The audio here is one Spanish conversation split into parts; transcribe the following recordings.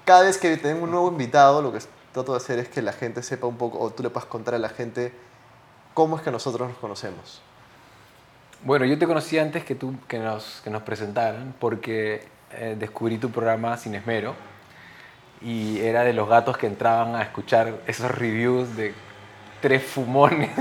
cada vez que tengo un nuevo invitado, lo que trato de hacer es que la gente sepa un poco, o tú le puedas contar a la gente cómo es que nosotros nos conocemos. Bueno, yo te conocí antes que nos presentaran porque descubrí tu programa Sin Esmero y era de los gatos que entraban a escuchar esos reviews de tres fumones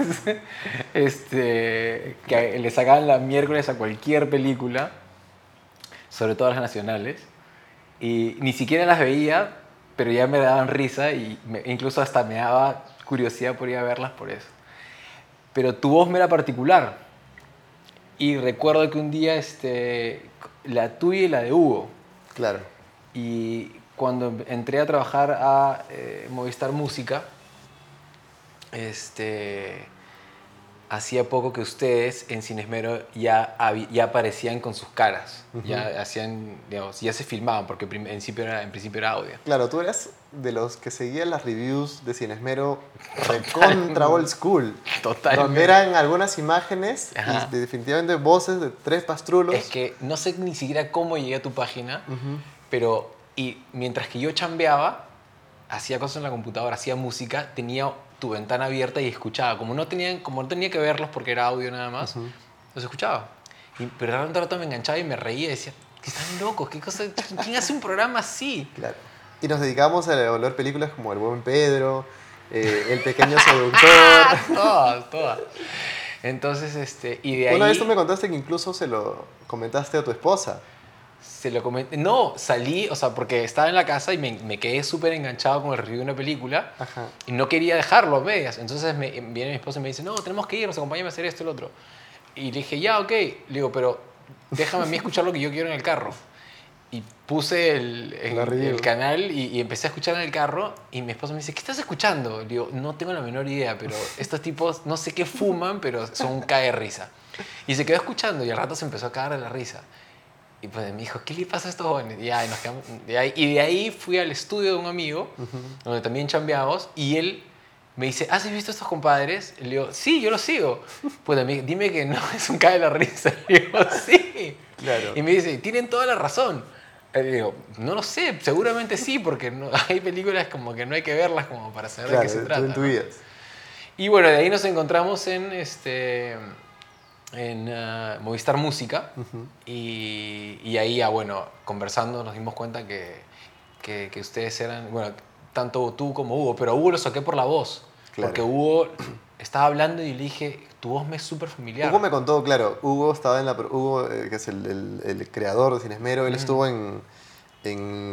que le sacaban la miércoles a cualquier película, sobre todo las nacionales, y ni siquiera las veía, pero ya me daban risa y incluso hasta me daba curiosidad por ir a verlas por eso. Pero tu voz me era particular y recuerdo que un día la tuya y la de Hugo, Claro. y cuando entré a trabajar a Movistar Música, hacía poco que ustedes en Sin Esmero ya aparecían con sus caras, ya hacían, digamos, ya se filmaban, porque en principio era audio. Claro, tú eras de los que seguían las reviews de Cine Esmero recontra old school. Totalmente. Donde eran algunas imágenes Ajá. y definitivamente voces de tres pastrulos. Es que no sé ni siquiera cómo llegué a tu página, pero mientras que yo chambeaba, hacía cosas en la computadora, hacía música, tenía tu ventana abierta y escuchaba. Como no tenía que verlos porque era audio nada más, los escuchaba. Pero de rato me enganchaba y me reía y decía, que están locos, ¿qué cosa? ¿Quién hace un programa así? Claro. Y nos dedicamos a ver películas como El Buen Pedro, El Pequeño Seductor. Todas. Entonces, y de ahí... Una vez tú me contaste que incluso se lo comentaste a tu esposa. Se lo comenté. No, salí, o sea, porque estaba en la casa y me quedé súper enganchado con el review de una película. Ajá. Y no quería dejarlo a medias. Entonces viene mi esposa y me dice, no, tenemos que irnos, acompáñame a hacer esto y lo otro. Y le dije, ya, ok. Le digo, pero déjame a mí escuchar lo que yo quiero en el carro. Y puse el canal y empecé a escuchar en el carro. Y mi esposa me dice, ¿qué estás escuchando? Le digo, no tengo la menor idea, pero estos tipos no sé qué fuman, pero son un cae de risa. Y se quedó escuchando y al rato se empezó a cagar de la risa. Y pues me dijo, ¿qué le pasa a estos jóvenes? Y de ahí fui al estudio de un amigo, donde también chambeamos, y él me dice, ¿has visto a estos compadres? Y le digo, sí, yo los sigo. Pues dime que no, es un cae de la risa. Le digo, sí. Claro. Y me dice, tienen toda la razón. Le digo, no lo sé, seguramente sí, porque hay películas como que no hay que verlas como para saber de qué se trata. Tú intuías. ¿No? Y bueno, de ahí nos encontramos en Movistar Música y ahí, bueno, conversando nos dimos cuenta que ustedes eran, bueno, tanto tú como Hugo, pero a Hugo lo saqué por la voz, Claro. porque Hugo estaba hablando y le dije, tu voz me es súper familiar. Hugo me contó, claro, Hugo estaba Hugo, que es el creador de Cine Esmero, él estuvo te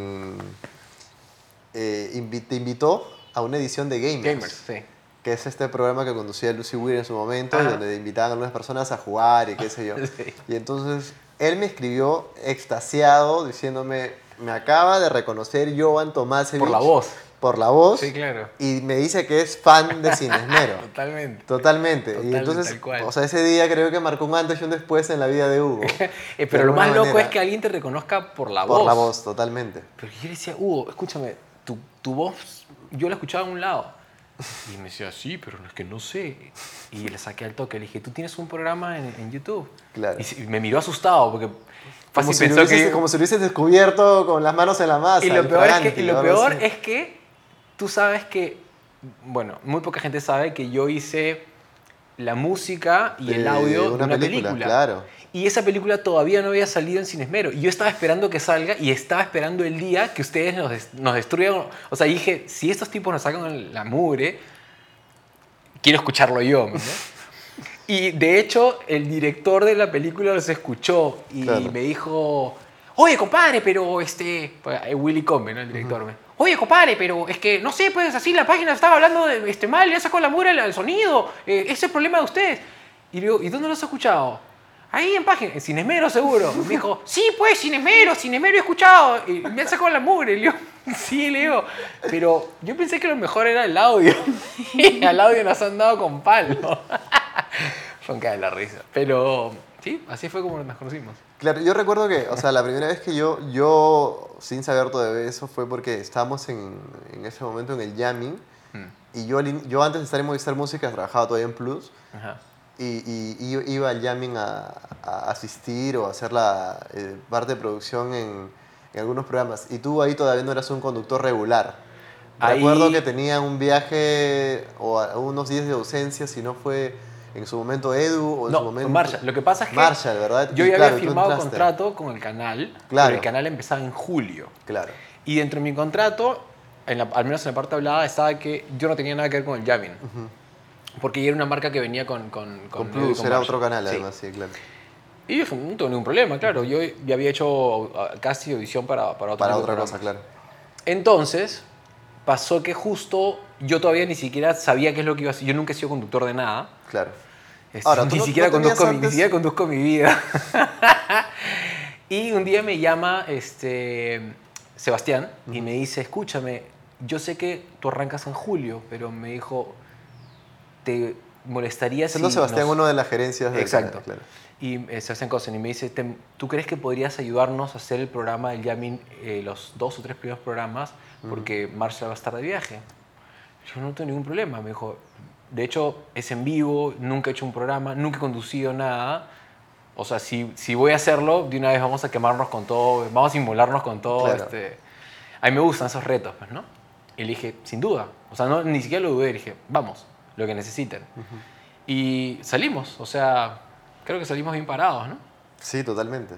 invitó a una edición de Gamers. Sí. Que es este programa que conducía Lucy Weir en su momento, y donde invitaban a algunas personas a jugar y qué sé yo. Sí. Y entonces él me escribió extasiado diciéndome, me acaba de reconocer Jovan Tomasevich. Por la voz. Por la voz. Sí, claro. Y me dice que es fan de Cine Esmero. Totalmente. Y entonces, o sea, ese día creo que marcó un antes y un después en la vida de Hugo. Pero lo más loco es que alguien te reconozca por la voz. Por la voz, totalmente. Pero yo le decía, Hugo, escúchame, tu voz, yo la escuchaba a un lado. Y me decía, sí, pero es que no sé. Y le saqué al toque, le dije, ¿tú tienes un programa en YouTube? Claro. Y me miró asustado porque como si lo hubieses descubierto con las manos en la masa. Y lo peor es que tú sabes que, bueno, muy poca gente sabe que yo hice la música y el audio de una película. Claro. Y esa película todavía no había salido en Cine Esmero. Y yo estaba esperando que salga y estaba esperando el día que ustedes nos destruyan. O sea, dije, si estos tipos nos sacan la mugre, quiero escucharlo yo, ¿no? Y de hecho, el director de la película los escuchó y me dijo, oye, compadre, pero Willy Combe, ¿no? El director. Oye, compadre, pero es que, no sé, pues así la página estaba hablando de mal, ya sacó la mugre al sonido. Ese es el problema de ustedes. Y le digo, ¿y dónde lo has escuchado? Ahí en página, en Cine Esmero seguro. Me dijo, sí, pues, Cine Esmero he escuchado. Y me han sacado la mugre. Le digo, sí, le digo. Pero yo pensé que lo mejor era el audio. Y al audio nos han dado con palo. Fue un cae de la risa. Pero sí, así fue como nos conocimos. Claro, yo recuerdo que, o sea, la primera vez que yo sin saber todo de eso, fue porque estábamos en ese momento en el jamming. Y yo antes de estar en Movistar Música trabajaba todavía en Plus. Ajá. Y iba al jamming a asistir o a hacer la parte de producción en algunos programas. Y tú ahí todavía no eras un conductor regular. Ahí- Recuerdo que tenía un viaje o unos días de ausencia, si no fue en su momento Edu o en su No, fue momento... Marshall. Lo que pasa es que Marshall, ¿verdad? yo Y ya claro, había tú firmado entraste. contrato con el canal, Claro. pero el canal empezaba en julio. Claro. Y dentro de mi contrato, al menos en la parte hablada, estaba que yo no tenía nada que ver con el jamming. Porque ya era una marca que venía con Con Edu y Plus, con era Marshall. otro canal Sí. además, sí, claro. Y yo dije, no tengo ningún problema, claro. Yo ya había hecho casi audición para otro Para tipo de otra programas. cosa, claro. Entonces, pasó que justo yo todavía ni siquiera sabía qué es lo que iba a hacer. Yo nunca he sido conductor de nada. Claro. Ahora, ¿tú ni, no siquiera tenías conduzco, ni antes- siquiera conduzco mi vida. Y un día me llama Sebastián y me dice, escúchame, yo sé que tú arrancas en julio, pero me dijo, ¿te molestaría Siendo si Sebastián nos... uno de las gerencias del Exacto. canal, claro. Y Sebastián Cosen, y me dice, ¿tú crees que podrías ayudarnos a hacer el programa del Yamin, los 2 o 3 primeros programas? Porque Marshall va a estar de viaje. Yo no tengo ningún problema, me dijo. De hecho, es en vivo, nunca he hecho un programa, nunca he conducido nada. O sea, si voy a hacerlo, de una vez vamos a quemarnos con todo, vamos a inmolarnos con todo. Claro. A mí me gustan esos retos, pues, ¿no? Y le dije, sin duda. O sea, ni siquiera lo dudé, le dije, vamos, lo que necesiten. Y salimos, o sea, creo que salimos bien parados, ¿no? Sí, totalmente.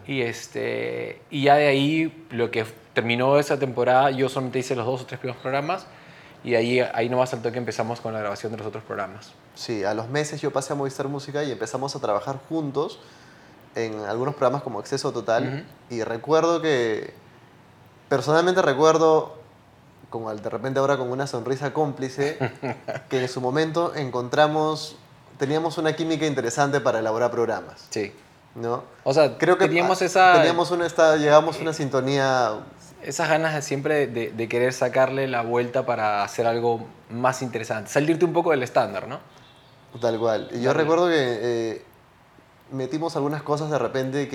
Y ya de ahí, lo que terminó esa temporada, yo solamente hice los 2 o 3 primeros programas y ahí nomás saltó que empezamos con la grabación de los otros programas. Sí, a los meses yo pasé a Movistar Música y empezamos a trabajar juntos en algunos programas como Exceso Total. Y recuerdo que, personalmente recuerdo, como de repente ahora con una sonrisa cómplice, que en su momento teníamos una química interesante para elaborar programas, Sí. ¿no? O sea, Creo que llegamos llegamos a una sintonía. esas ganas de siempre de querer sacarle la vuelta para hacer algo más interesante, salirte un poco del estándar, ¿no? Tal cual. Y yo Darle. recuerdo que metimos algunas cosas de repente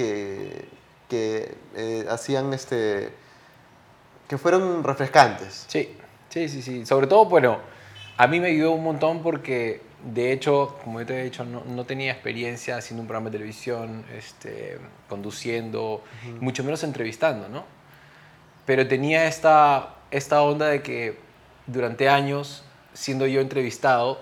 que hacían que fueron refrescantes. Sí, sí, sí, sí. Sobre todo, bueno, a mí me ayudó un montón porque, de hecho, como yo te he dicho, no tenía experiencia haciendo un programa de televisión, conduciendo, mucho menos entrevistando, ¿no? Pero tenía esta onda de que durante años, siendo yo entrevistado,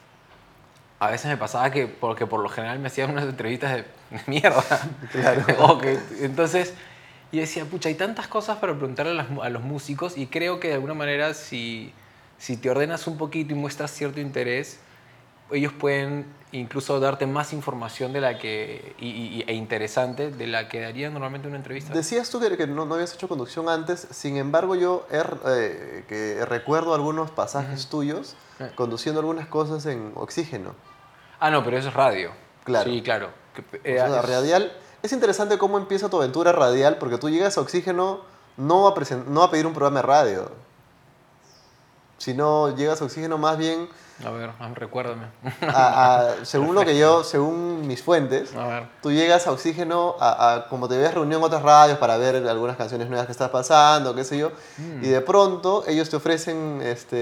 a veces me pasaba porque por lo general me hacían unas entrevistas de mierda. Claro. Entonces, yo decía, pucha, hay tantas cosas para preguntarle a los músicos y creo que de alguna manera si te ordenas un poquito y muestras cierto interés, ellos pueden incluso darte más información de la e interesante de la que darían normalmente una entrevista. Decías tú que no habías hecho conducción antes, sin embargo yo que recuerdo algunos pasajes tuyos conduciendo algunas cosas en Oxígeno. Ah, no, pero eso es radio. Claro. Sí, claro. O sea, radial. Es interesante cómo empieza tu aventura radial, porque tú llegas a Oxígeno no a pedir un programa de radio, sino llegas a Oxígeno más bien A ver, recuérdame. según mis fuentes, A ver. tú llegas a Oxígeno como te ves reunión en otras radios para ver algunas canciones nuevas que estás pasando, qué sé yo, y de pronto ellos te ofrecen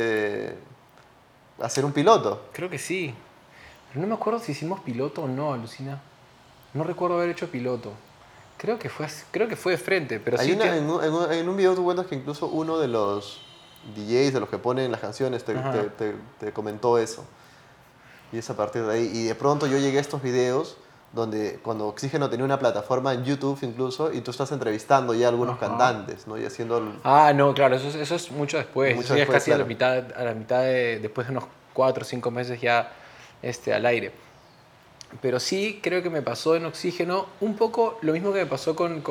hacer un piloto. Creo que sí. Pero no me acuerdo si hicimos piloto o no, Alucina. No recuerdo haber hecho piloto. Creo que fue de frente, pero Hay sí una, que... en un video tú cuentas que incluso uno de los DJs, de los que ponen las canciones, te comentó eso. Y es a partir de ahí. Y de pronto yo llegué a estos videos donde cuando Oxígeno tenía una plataforma en YouTube incluso, y tú estás entrevistando ya a algunos cantantes, ¿no? Y haciendo... Ah, no, claro, eso es mucho después. Mucho Eso ya es después, casi claro. a la mitad después de unos 4 o 5 meses ya al aire. Pero sí creo que me pasó en Oxígeno un poco lo mismo que me pasó con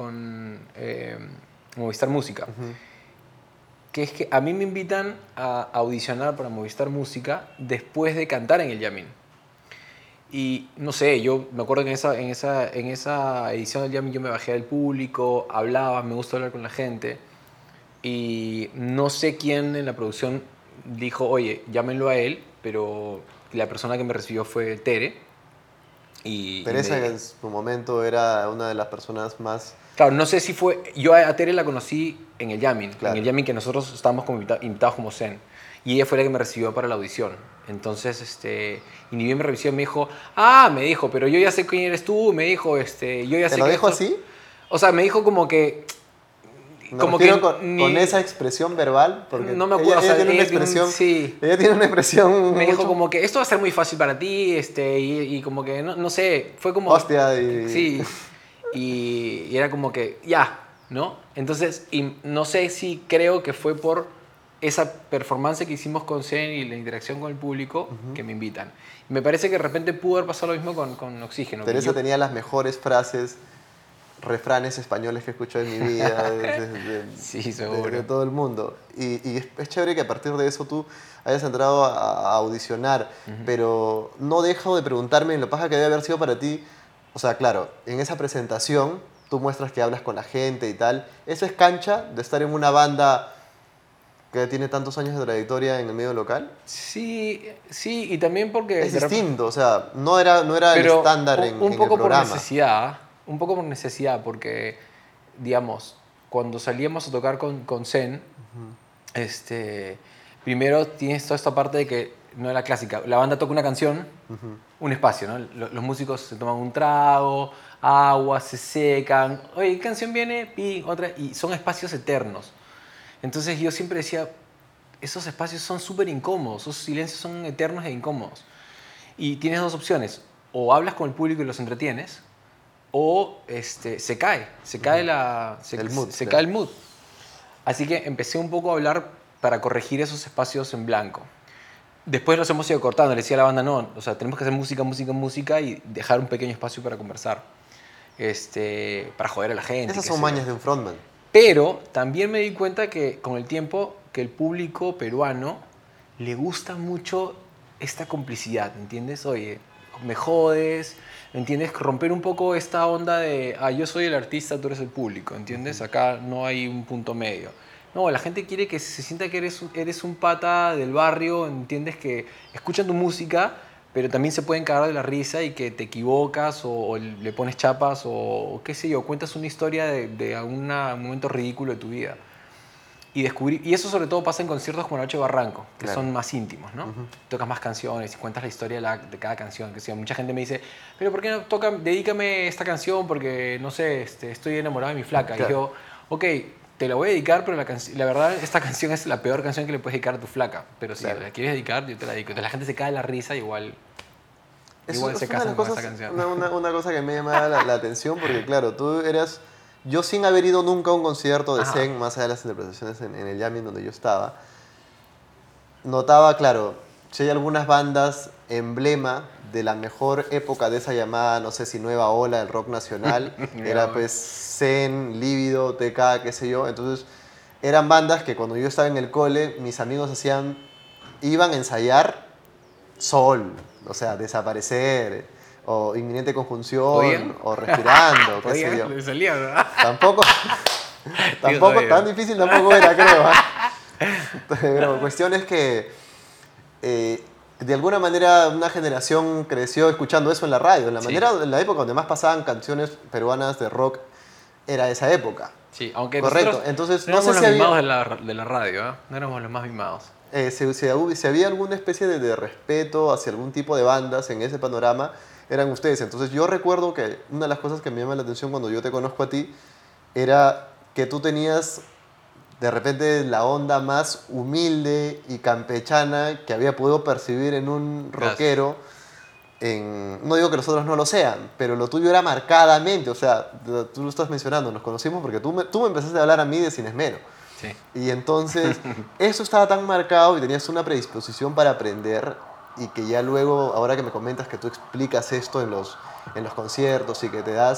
Movistar Música. Que es que a mí me invitan a audicionar para Movistar Música después de cantar en el Yamin. Y no sé, yo me acuerdo que en esa edición del Yamin yo me bajé del público, hablaba, me gusta hablar con la gente. Y no sé quién en la producción dijo, oye, llámenlo a él, pero la persona que me recibió fue Tere. Teresa en su momento era una de las personas más... Claro, no sé si fue... Yo a Tere la conocí en el Yamin, Claro. en el Yamin que nosotros estábamos como invitados como Zen. Y ella fue la que me recibió para la audición. Entonces, y ni bien me recibió, me dijo, pero yo ya sé quién eres tú, me dijo, yo ya sé ¿Te lo que dijo esto... así? O sea, me dijo como que... Me como refiero que con esa expresión verbal, porque no me acuerdo, ella tiene una expresión, sí. ella tiene una expresión Me dijo mucho, como que esto va a ser muy fácil para ti, y como que, no sé, fue como... hostia, y Sí, y era como que, ya, ¿no? Entonces, y no sé si creo que fue por esa performance que hicimos con Zen y la interacción con el público que me invitan. Me parece que de repente pudo haber pasado lo mismo con Oxígeno. Que Teresa yo, tenía las mejores frases, refranes españoles que he escuchado en mi vida, sí, de seguro. todo el mundo. Y es chévere que a partir de eso tú hayas entrado a audicionar, pero no dejo de preguntarme en lo paja que debe haber sido para ti. O sea, claro, en esa presentación tú muestras que hablas con la gente y tal. ¿Eso es cancha de estar en una banda que tiene tantos años de trayectoria en el medio local? Sí, sí, y también porque Es distinto, o sea, no era el pero estándar un en el poco por programa. necesidad, un poco por necesidad, porque, digamos, cuando salíamos a tocar con Zen, primero tienes toda esta parte de que no es la clásica. La banda toca una canción, un espacio, ¿no? Los músicos se toman un trago, agua, se secan. Oye, ¿qué canción viene? Ping, otra. Y son espacios eternos. Entonces yo siempre decía, esos espacios son súper incómodos, esos silencios son eternos e incómodos. Y tienes dos opciones, o hablas con el público y los entretienes, o se cae, El mood, se cae claro. el mood. Así que empecé un poco a hablar para corregir esos espacios en blanco. Después los hemos ido cortando, le decía a la banda, no, o sea, tenemos que hacer música, música, música y dejar un pequeño espacio para conversar, para joder a la gente, Esas qué son sé yo. mañas de un frontman. Pero también me di cuenta que con el tiempo que el público peruano le gusta mucho esta complicidad, ¿entiendes? Oye, me jodes, ¿entiendes? Romper un poco esta onda de, yo soy el artista, tú eres el público, ¿entiendes? Acá no hay un punto medio. No, la gente quiere que se sienta que eres un pata del barrio, ¿entiendes? Que escuchan tu música, pero también se pueden cagar de la risa y que te equivocas o le pones chapas o qué sé yo, cuentas una historia de algún momento ridículo de tu vida. Y eso sobre todo pasa en conciertos como La Noche de Barranco, que Claro. son más íntimos, ¿no? Tocas más canciones y cuentas la historia de cada canción. Que sea, mucha gente me dice, pero ¿por qué no dedícame esta canción? Porque, no sé, estoy enamorado de mi flaca. Y Claro. yo, ok, te la voy a dedicar, pero la verdad, esta canción es la peor canción que le puedes dedicar a tu flaca. Pero si Claro. la quieres dedicar, yo te la dedico. Entonces la gente se cae de la risa y igual Eso se es una de las casan con esta cosas, canción. una cosa que me llama la atención, porque claro, tú eras, yo sin haber ido nunca a un concierto de Ajá. Zen, más allá de las interpretaciones en el jamming donde yo estaba, notaba, claro, si hay algunas bandas emblema de la mejor época de esa llamada, no sé si nueva ola del rock nacional, era pues Zen, Lívido, TK, qué sé yo, entonces eran bandas que cuando yo estaba en el cole, mis amigos iban a ensayar Sol, o sea, desaparecer, o inminente conjunción, ¿Podían? o respirando, qué sé yo. ¿Podían? Le salía, ¿verdad? Tampoco, Digo, tampoco, tan todavía. difícil tampoco era, creo. Pero cuestión es que de alguna manera una generación creció escuchando eso en la radio. Sí. En la época donde más pasaban canciones peruanas de rock era esa época. Sí, aunque Correcto. nosotros Entonces, no no sé éramos si los mimados había, de la radio, ¿eh? No éramos los más mimados. si había alguna especie de respeto hacia algún tipo de bandas en ese panorama, eran ustedes. Entonces yo recuerdo que una de las cosas que me llama la atención cuando yo te conozco a ti era que tú tenías de repente la onda más humilde y campechana que había podido percibir en un Gracias. rockero. No digo que los otros no lo sean, pero lo tuyo era marcadamente, o sea, tú lo estás mencionando, nos conocimos porque tú me empezaste a hablar a mí de Sin Esmero. Sí. Y entonces, eso estaba tan marcado y tenías una predisposición para aprender y que ya luego, ahora que me comentas que tú explicas esto en los conciertos y que te das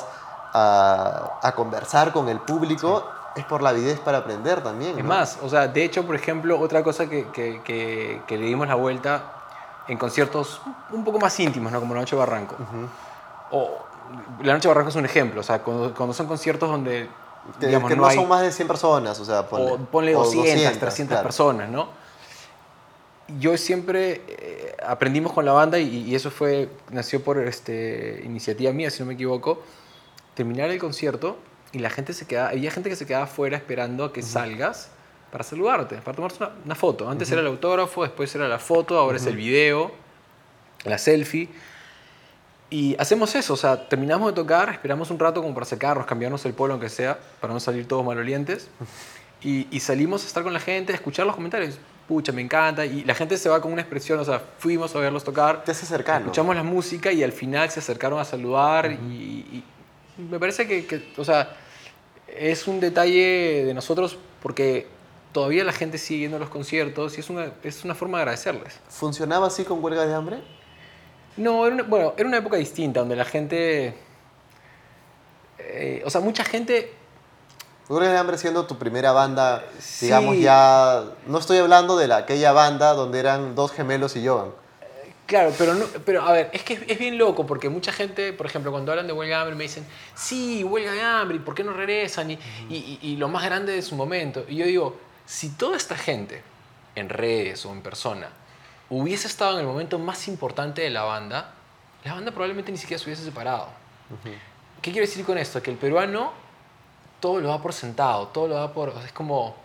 a conversar con el Sí. público, es por la avidez para aprender también, Es ¿no? más, o sea, de hecho, por ejemplo, otra cosa que le dimos la vuelta en conciertos un poco más íntimos, ¿no? Como La Noche de Barranco. O La Noche de Barranco es un ejemplo, o sea, cuando son conciertos donde, digamos, Que no no son hay, más de 100 personas, o sea, o ponle. ponle O 200, 200, 300 claro. personas, ¿no? Yo siempre aprendimos con la banda y eso nació por iniciativa mía, si no me equivoco, terminar el concierto y había gente que se quedaba afuera esperando a que salgas para saludarte, para tomarse una foto. Antes era el autógrafo, después era la foto, ahora es el video, la selfie. Y hacemos eso, o sea, terminamos de tocar, esperamos un rato como para secarnos, cambiarnos el polo aunque sea, para no salir todos malolientes. Y salimos a estar con la gente, a escuchar los comentarios. Pucha, me encanta. Y la gente se va con una expresión, o sea, fuimos a verlos tocar. Te hace cercano. Escuchamos la música y al final se acercaron a saludar. Y me parece que, o sea, es un detalle de nosotros porque todavía la gente sigue yendo a los conciertos y es una forma de agradecerles. ¿Funcionaba así con huelga de hambre? No, bueno, era una época distinta donde la gente... o sea, mucha gente... Huelga de hambre siendo tu primera banda, Sí. digamos ya... No estoy hablando de aquella banda donde eran dos gemelos y Joan. Claro, pero, no, pero a ver, es que es bien loco porque mucha gente, por ejemplo, cuando hablan de huelga de hambre me dicen, sí, huelga de hambre, ¿y por qué no regresan? Y lo más grande de su momento. Y yo digo, si toda esta gente, en redes o en persona, hubiese estado en el momento más importante de la banda probablemente ni siquiera se hubiese separado. ¿Qué quiero decir con esto? Que el peruano todo lo da por sentado, todo lo da por... Es como...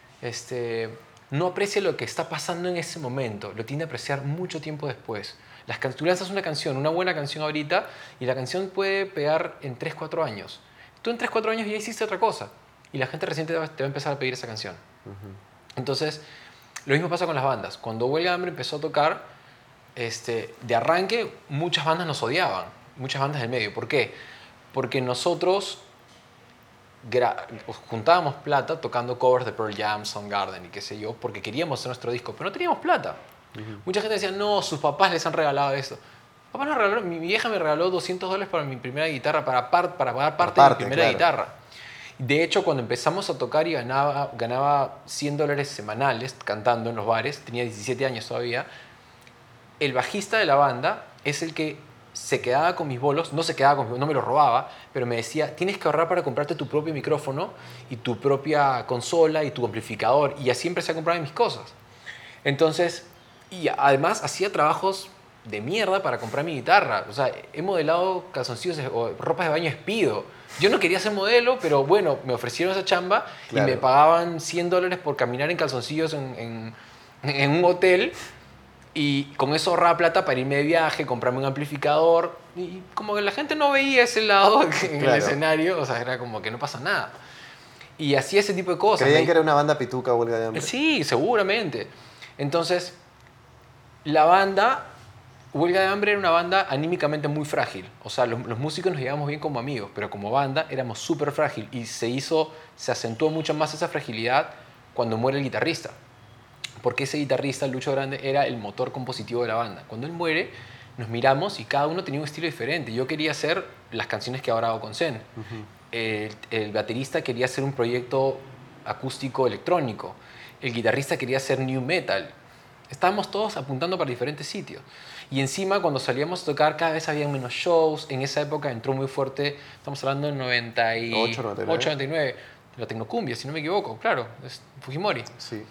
no aprecia lo que está pasando en ese momento, lo tiende a apreciar mucho tiempo después. Tú lanzas una canción, una buena canción ahorita, y la canción puede pegar en 3, 4 años. Tú en 3, 4 años ya hiciste otra cosa, y la gente recién te va a empezar a pedir esa canción. Entonces, lo mismo pasa con las bandas. Cuando Huelga de Hambre empezó a tocar, de arranque, muchas bandas nos odiaban, muchas bandas del medio. ¿Por qué? Porque nosotros juntábamos plata tocando covers de Pearl Jam, Soundgarden y qué sé yo, porque queríamos hacer nuestro disco, pero no teníamos plata. Mucha gente decía, no, sus papás les han regalado eso. Papá nos regaló, mi vieja me regaló $200 para mi primera guitarra, para pagar parte de mi primera guitarra. De hecho, cuando empezamos a tocar y ganaba $100 semanales cantando en los bares, tenía 17 años todavía, el bajista de la banda es el que se quedaba con mis bolos, no se quedaba con mis bolos, no me los robaba, pero me decía, tienes que ahorrar para comprarte tu propio micrófono y tu propia consola y tu amplificador, y así empecé a comprar mis cosas. Entonces, y además hacía trabajos de mierda para comprar mi guitarra. O sea, he modelado calzoncillos o ropas de baño Speedo. Yo no quería ser modelo, pero bueno, me ofrecieron esa chamba y me pagaban $100 por caminar en calzoncillos en un hotel. Y con eso ahorraba plata para irme de viaje, comprarme un amplificador. Y como que la gente no veía ese lado en el escenario, o sea, era como que no pasa nada. Y hacía ese tipo de cosas. ¿Creían que era una banda pituca, Huelga de Hambre? Sí, seguramente. Entonces, la banda, Huelga de Hambre era una banda anímicamente muy frágil. O sea, los músicos nos llevábamos bien como amigos, pero como banda éramos súper frágil. Y se acentuó mucho más esa fragilidad cuando muere el guitarrista. Porque ese guitarrista, Lucho Grande, era el motor compositivo de la banda. Cuando él muere, nos miramos y cada uno tenía un estilo diferente. Yo quería hacer las canciones que ahora hago con Zen. El baterista quería hacer un proyecto acústico electrónico. El guitarrista quería hacer new metal. Estábamos todos apuntando para diferentes sitios. Y encima, cuando salíamos a tocar, cada vez había menos shows. En esa época entró muy fuerte, estamos hablando del 98, 99, la tecnocumbia, si no me equivoco, claro, es Fujimori. Sí.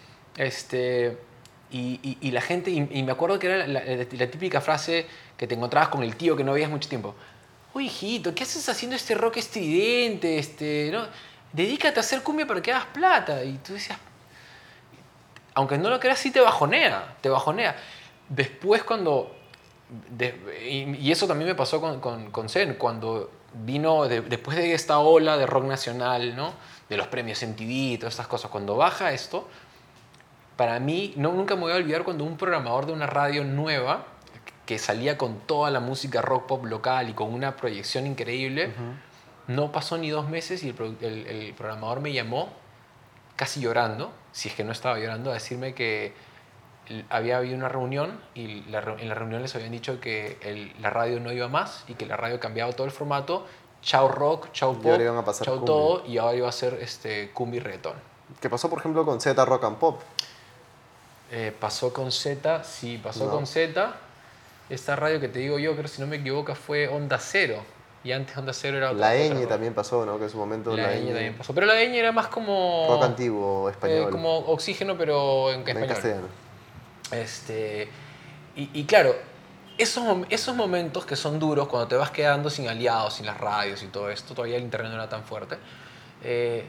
Y la gente, y me acuerdo que era la típica frase que te encontrabas con el tío que no veías mucho tiempo. Oye, hijito, ¿qué haces haciendo este rock estridente? ¿No? Dedícate a hacer cumbia para que hagas plata. Y tú decías, aunque no lo creas, sí te bajonea, te bajonea. Después cuando, y eso también me pasó con Zen, cuando vino, después de esta ola de rock nacional, ¿no? De los premios MTV, todas estas cosas, cuando baja esto, para mí, nunca me voy a olvidar cuando un programador de una radio nueva, que salía con toda la música rock pop local y con una proyección increíble, no pasó ni 2 meses y el programador me llamó, casi llorando, si es que no estaba llorando, a decirme que había habido una reunión y en la reunión les habían dicho que la radio no iba más y que la radio cambiaba todo el formato, chao rock, chao pop, chao todo, y ahora iba a ser cumbia y reggaetón. ¿Qué pasó, por ejemplo, con Z Rock and Pop? Pasó con Z, sí, pasó con Z. Esta radio que te digo yo, pero si no me equivoco, fue Onda Cero. Y antes Onda Cero era otra. La Ñ también pasó, ¿no? Que en su momento la Ñ también pasó. Pero la Ñ era más como... rock antiguo, español. Como Oxígeno, pero en español. Castellano. Y claro, esos momentos que son duros, cuando te vas quedando sin aliados, sin las radios y todo esto, todavía el internet no era tan fuerte,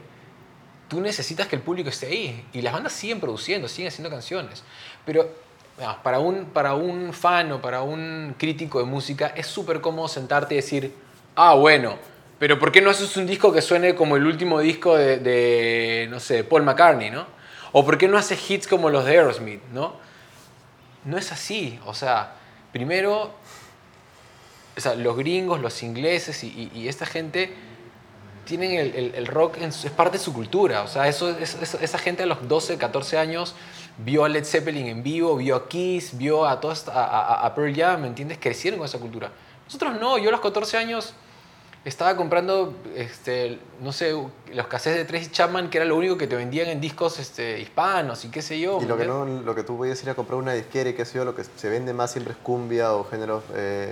tú necesitas que el público esté ahí. Y las bandas siguen produciendo, siguen haciendo canciones. Pero para un fan o para un crítico de música es súper cómodo sentarte y decir, ah, bueno, pero ¿por qué no haces un disco que suene como el último disco no sé, Paul McCartney, ¿no? O ¿por qué no haces hits como los de Aerosmith, ¿no? No es así, o sea, primero, o sea, los gringos, los ingleses y esta gente tienen el rock, es parte de su cultura. O sea, esa gente a los 12, 14 años vio a Led Zeppelin en vivo, vio a Kiss, vio a, a Pearl Jam, ¿me entiendes? Crecieron con esa cultura. Nosotros no, yo a los 14 años estaba comprando, no sé, los cassettes de Tracy Chapman, que era lo único que te vendían en discos hispanos y qué sé yo. Y lo que tú voy a ir a comprar una disquera y qué sé yo, lo que se vende más siempre es cumbia o géneros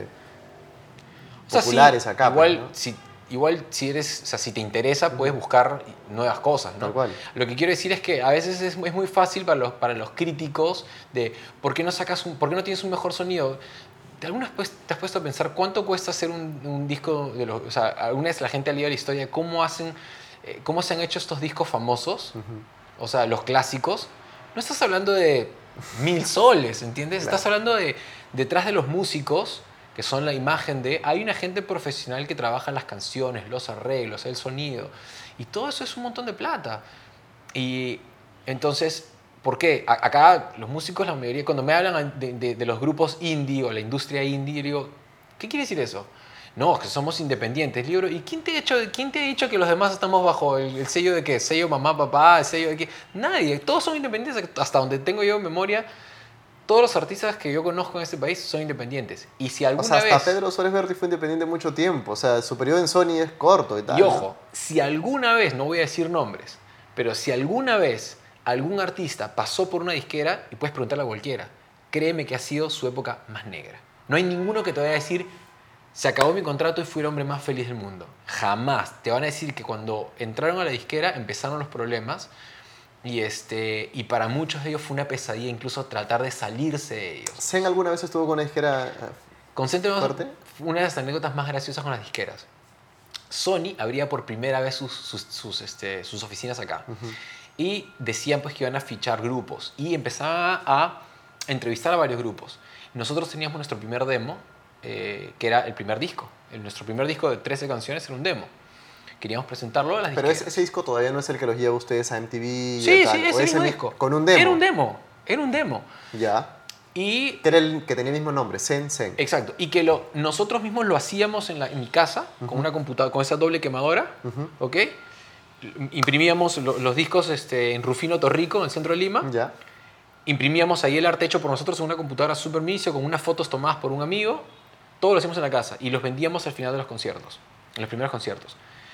O sea, populares sí, acá. igual, Pues, ¿no? igual si eres, o sea, si te interesa, puedes buscar nuevas cosas, ¿no? Tal cual. Lo que quiero decir es que a veces es muy fácil para los críticos de ¿por qué no por qué no tienes un mejor sonido? ¿Alguna vez te has puesto a pensar cuánto cuesta hacer un disco de los, o sea, alguna vez la gente ha leído la historia de cómo se han hecho estos discos famosos, o sea, los clásicos? No estás hablando de 1000 soles, ¿entiendes? Claro. Estás hablando de detrás de los músicos, que son la imagen de, hay una gente profesional que trabaja en las canciones, los arreglos, el sonido, y todo eso es un montón de plata. Y entonces, ¿por qué? Acá los músicos, la mayoría, cuando me hablan de los grupos indie o la industria indie, yo digo, ¿qué quiere decir eso? No, es que somos independientes. Libro, ¿y quién te ha dicho que los demás estamos bajo el sello de qué? ¿Sello mamá, papá? ¿El sello de qué? Nadie, todos son independientes. Hasta donde tengo yo memoria, todos los artistas que yo conozco en este país son independientes. Y si O sea, alguna hasta vez... Pedro Suárez Vértiz fue independiente mucho tiempo. O sea, su periodo en Sony es corto y tal. Y ¿no? ojo, si alguna vez, no voy a decir nombres, pero si alguna vez algún artista pasó por una disquera, y puedes preguntarle a cualquiera, créeme que ha sido su época más negra. No hay ninguno que te vaya a decir, se acabó mi contrato y fui el hombre más feliz del mundo. Jamás. Te van a decir que cuando entraron a la disquera empezaron los problemas y para muchos de ellos fue una pesadilla incluso tratar de salirse de ellos. ¿Zen alguna vez estuvo con una disquera Concéntrate fuerte? una de las anécdotas más graciosas con las disqueras. Sony abría por primera vez sus oficinas acá. Y decían pues que iban a fichar grupos. Y empezaban a entrevistar a varios grupos. Nosotros teníamos nuestro primer demo, que era el primer disco. Nuestro primer disco de 13 canciones era un demo. Queríamos presentarlo a las Pero disqueras. ese disco todavía no es el que los lleva ustedes a MTV y Sí, tal. sí, ¿O ese mismo disco. Con un demo. Era un demo. Era un demo. Ya. Y Que era el que tenía el mismo nombre, Zen. exacto. Y que nosotros mismos lo hacíamos en mi casa, con una computadora, con esa doble quemadora, ¿ok? Imprimíamos los discos en Rufino Torrico, en el centro de Lima. Ya. Imprimíamos ahí el arte hecho por nosotros en una computadora super minicio, con unas fotos tomadas por un amigo. Todo lo hacíamos en la casa y los vendíamos al final de los conciertos, en los primeros conciertos.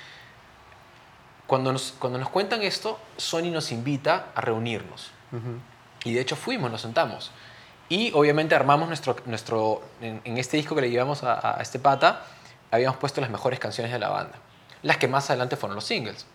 Cuando nos cuentan esto, Sony nos invita a reunirnos. Y de hecho fuimos, nos sentamos. Y obviamente armamos en este disco que le llevamos a este pata, habíamos puesto las mejores canciones de la banda. Las que más adelante fueron los singles.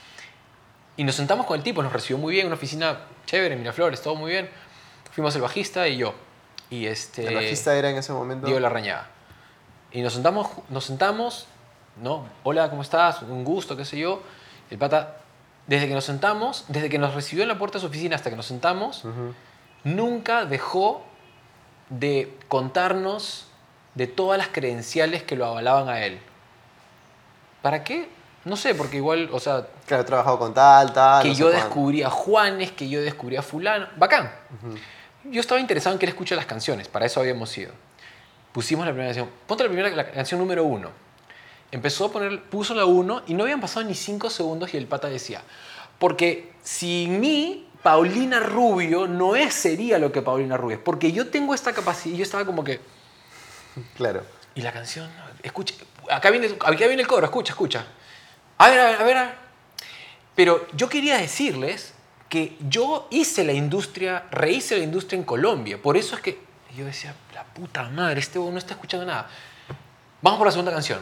Y nos sentamos con el tipo, nos recibió muy bien, una oficina chévere, en Miraflores, todo muy bien. Fuimos el bajista y yo. Y El bajista era en ese momento. Diego Larrañaga. Y nos sentamos, ¿no? Hola, ¿cómo estás? Un gusto, qué sé yo. El pata, desde que nos sentamos, desde que nos recibió en la puerta de su oficina hasta que nos sentamos, nunca dejó de contarnos de todas las credenciales que lo avalaban a él. ¿Para qué? No sé, porque igual, o sea... Claro, he trabajado con tal. Que no sé yo cuándo. descubrí a Juanes, que yo descubrí a fulano. Bacán. Yo estaba interesado en que él escuche las canciones, para eso habíamos ido. Pusimos la primera canción. Ponte la canción número 1. Empezó a puso la 1 y no habían pasado ni 5 segundos y el pata decía, porque sin mí, Paulina Rubio no sería lo que Paulina Rubio es, porque yo tengo esta capacidad. Y yo estaba como que... Claro. Y la canción, escucha, acá viene el coro, escucha. A ver. Pero yo quería decirles que yo rehice la industria en Colombia. Por eso es que yo decía, la puta madre, este huevón no está escuchando nada. Vamos por la segunda canción,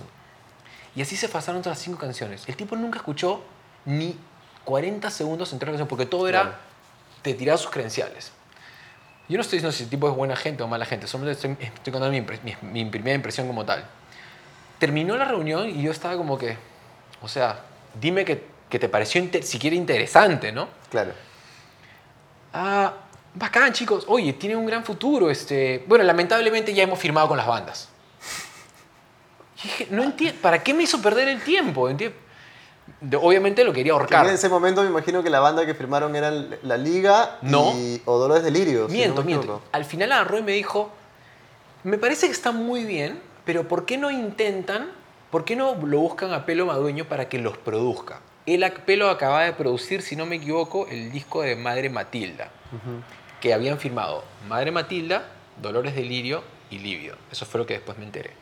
Y así se pasaron otras 5 canciones. El tipo nunca escuchó ni 40 segundos entre la canción, porque todo era de tirar sus credenciales. Yo no estoy diciendo si el tipo es buena gente o mala gente, solamente estoy contando mi primera impresión como tal. Terminó la reunión y yo estaba como que, o sea, dime que te pareció siquiera interesante, ¿no? Claro. Ah, bacán, chicos. Oye, tienen un gran futuro. Bueno, lamentablemente ya hemos firmado con las bandas. Y dije, no entiendo, ¿para qué me hizo perder el tiempo? Obviamente lo quería ahorcar. En ese momento me imagino que la banda que firmaron era La Liga No. o Dolores Delirios. Miento, si no me miento. equivoco. Al final agarró y me dijo, me parece que está muy bien, pero ¿por qué no lo buscan a Pelo Madueño para que los produzca? Pelo acaba de producir, si no me equivoco, el disco de Madre Matilda, que habían firmado Madre Matilda, Dolores Delirio y Livio. Eso fue lo que después me enteré.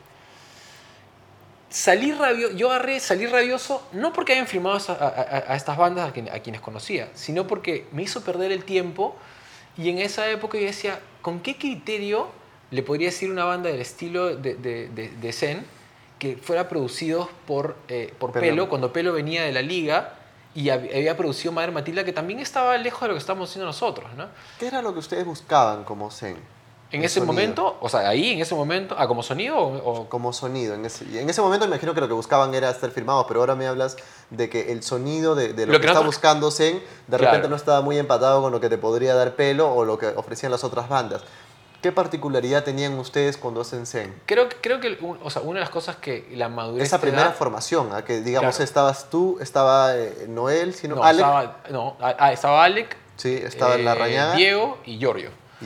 Salí rabioso, no porque hayan firmado a estas bandas a quienes conocía, sino porque me hizo perder el tiempo. Y en esa época yo decía, ¿con qué criterio le podría decir una banda del estilo de Zen que fuera producido por Pelo, cuando Pelo venía de la Liga y había producido Madre Matilda, que también estaba lejos de lo que estábamos haciendo nosotros, ¿no? ¿Qué era lo que ustedes buscaban como Zen? En ese sonido. momento, o sea, ahí en ese momento, ¿como sonido o...? Como sonido. En ese momento me imagino que lo que buscaban era estar firmados, pero ahora me hablas de que el sonido de lo que está buscando Zen de repente no estaba muy empatado con lo que te podría dar Pelo o lo que ofrecían las otras bandas. ¿Qué particularidad tenían ustedes cuando hacen Zen? Creo que una de las cosas que la madurez esa primera formación, que digamos estabas tú, estaba Noel, no, Alec. Estaba Alec. Sí, estaba Larrañaga. Diego y Giorgio.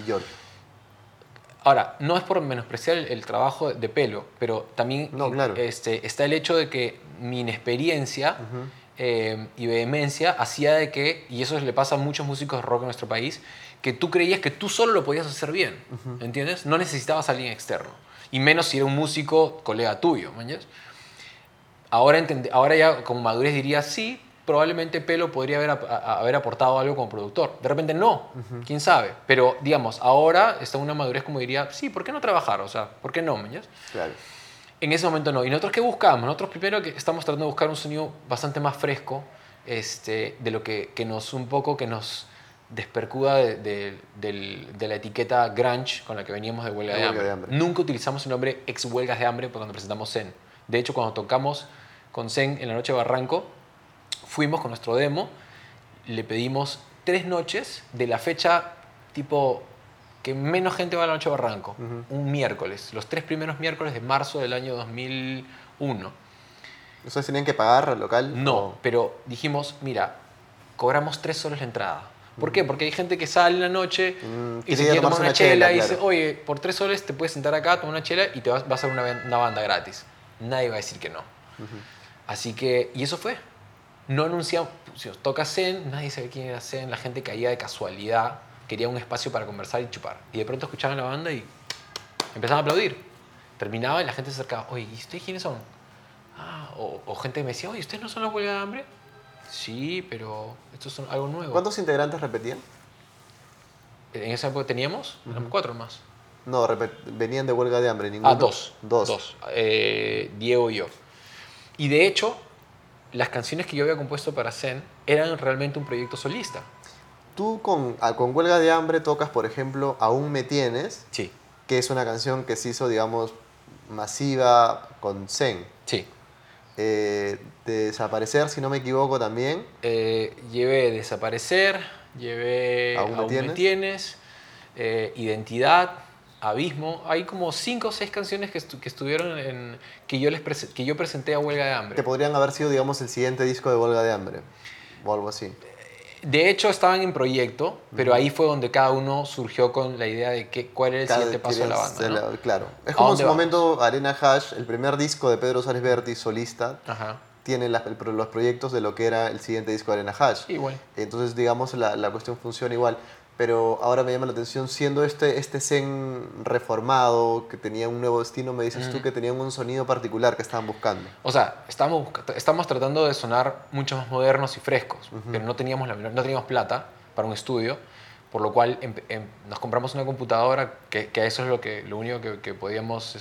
Ahora, no es por menospreciar el trabajo de Pelo, pero también está el hecho de que mi inexperiencia y vehemencia hacía de que, y eso le pasa a muchos músicos de rock en nuestro país, que tú creías que tú solo lo podías hacer bien, ¿entiendes? No necesitabas a alguien externo, y menos si era un músico colega tuyo, ¿entiendes? Ahora ya con madurez diría, sí, probablemente Pelo podría haber aportado algo como productor. De repente no, quién sabe. Pero, digamos, ahora está una madurez como diría, sí, ¿por qué no trabajar? O sea, ¿por qué no? ¿Entiendes? Claro. En ese momento no. ¿Y nosotros qué buscamos? Nosotros primero que estamos tratando de buscar un sonido bastante más fresco, de lo que nos despercuda de la etiqueta grunge con la que veníamos de Huelga de Hambre. Nunca utilizamos el nombre ex Huelgas de Hambre cuando presentamos Zen. De hecho, cuando tocamos con Zen en la noche de Barranco, fuimos con nuestro demo, le pedimos 3 noches de la fecha tipo que menos gente va a la noche de Barranco, un miércoles, los 3 primeros miércoles de marzo del año 2001. ¿Ustedes tenían que pagar al local? No, pero dijimos, mira, cobramos 3 soles la entrada. ¿Por qué? Porque hay gente que sale en la noche y se quiere tomar una chela y dice, oye, por 3 soles te puedes sentar acá, tomar una chela y te vas a ver una banda gratis. Nadie va a decir que no. Así que, y eso fue. No anunciamos, si os toca Zen, nadie sabe quién era Zen, la gente caía de casualidad, quería un espacio para conversar y chupar. Y de pronto escuchaban la banda y empezaban a aplaudir. Terminaba y la gente se acercaba, oye, ¿y ustedes quiénes son? O gente que me decía, oye, ¿ustedes no son la Huelga de Hambre? Sí, pero esto es algo nuevo. ¿Cuántos integrantes repetían? En esa época teníamos 4 más. No, venían de Huelga de Hambre, ninguno. 2. Diego y yo. Y de hecho, las canciones que yo había compuesto para Zen eran realmente un proyecto solista. Tú con Huelga de Hambre tocas, por ejemplo, Aún me tienes, sí, que es una canción que se hizo, digamos, masiva con Zen. Sí. De Desaparecer, si no me equivoco, también. Llevé Desaparecer, llevé Aún me tienes, Identidad, Abismo. Hay como 5 o 6 canciones que estuvieron que yo presenté a Huelga de Hambre. Que podrían haber sido, digamos, el siguiente disco de Huelga de Hambre, o algo así. De hecho, estaban en proyecto, pero ahí fue donde cada uno surgió con la idea de cuál era el siguiente paso de la banda, ¿no? Claro. Es como en su momento Arena Hash, el primer disco de Pedro Suárez Vértiz, solista, tiene los proyectos de lo que era el siguiente disco de Arena Hash. Igual. Entonces, digamos, la cuestión funciona igual. Pero ahora me llama la atención, siendo este Zen reformado, que tenía un nuevo destino, me dices tú que tenían un sonido particular que estaban buscando. O sea, estamos tratando de sonar mucho más modernos y frescos, pero no teníamos plata para un estudio, por lo cual nos compramos una computadora, que eso es lo único que podíamos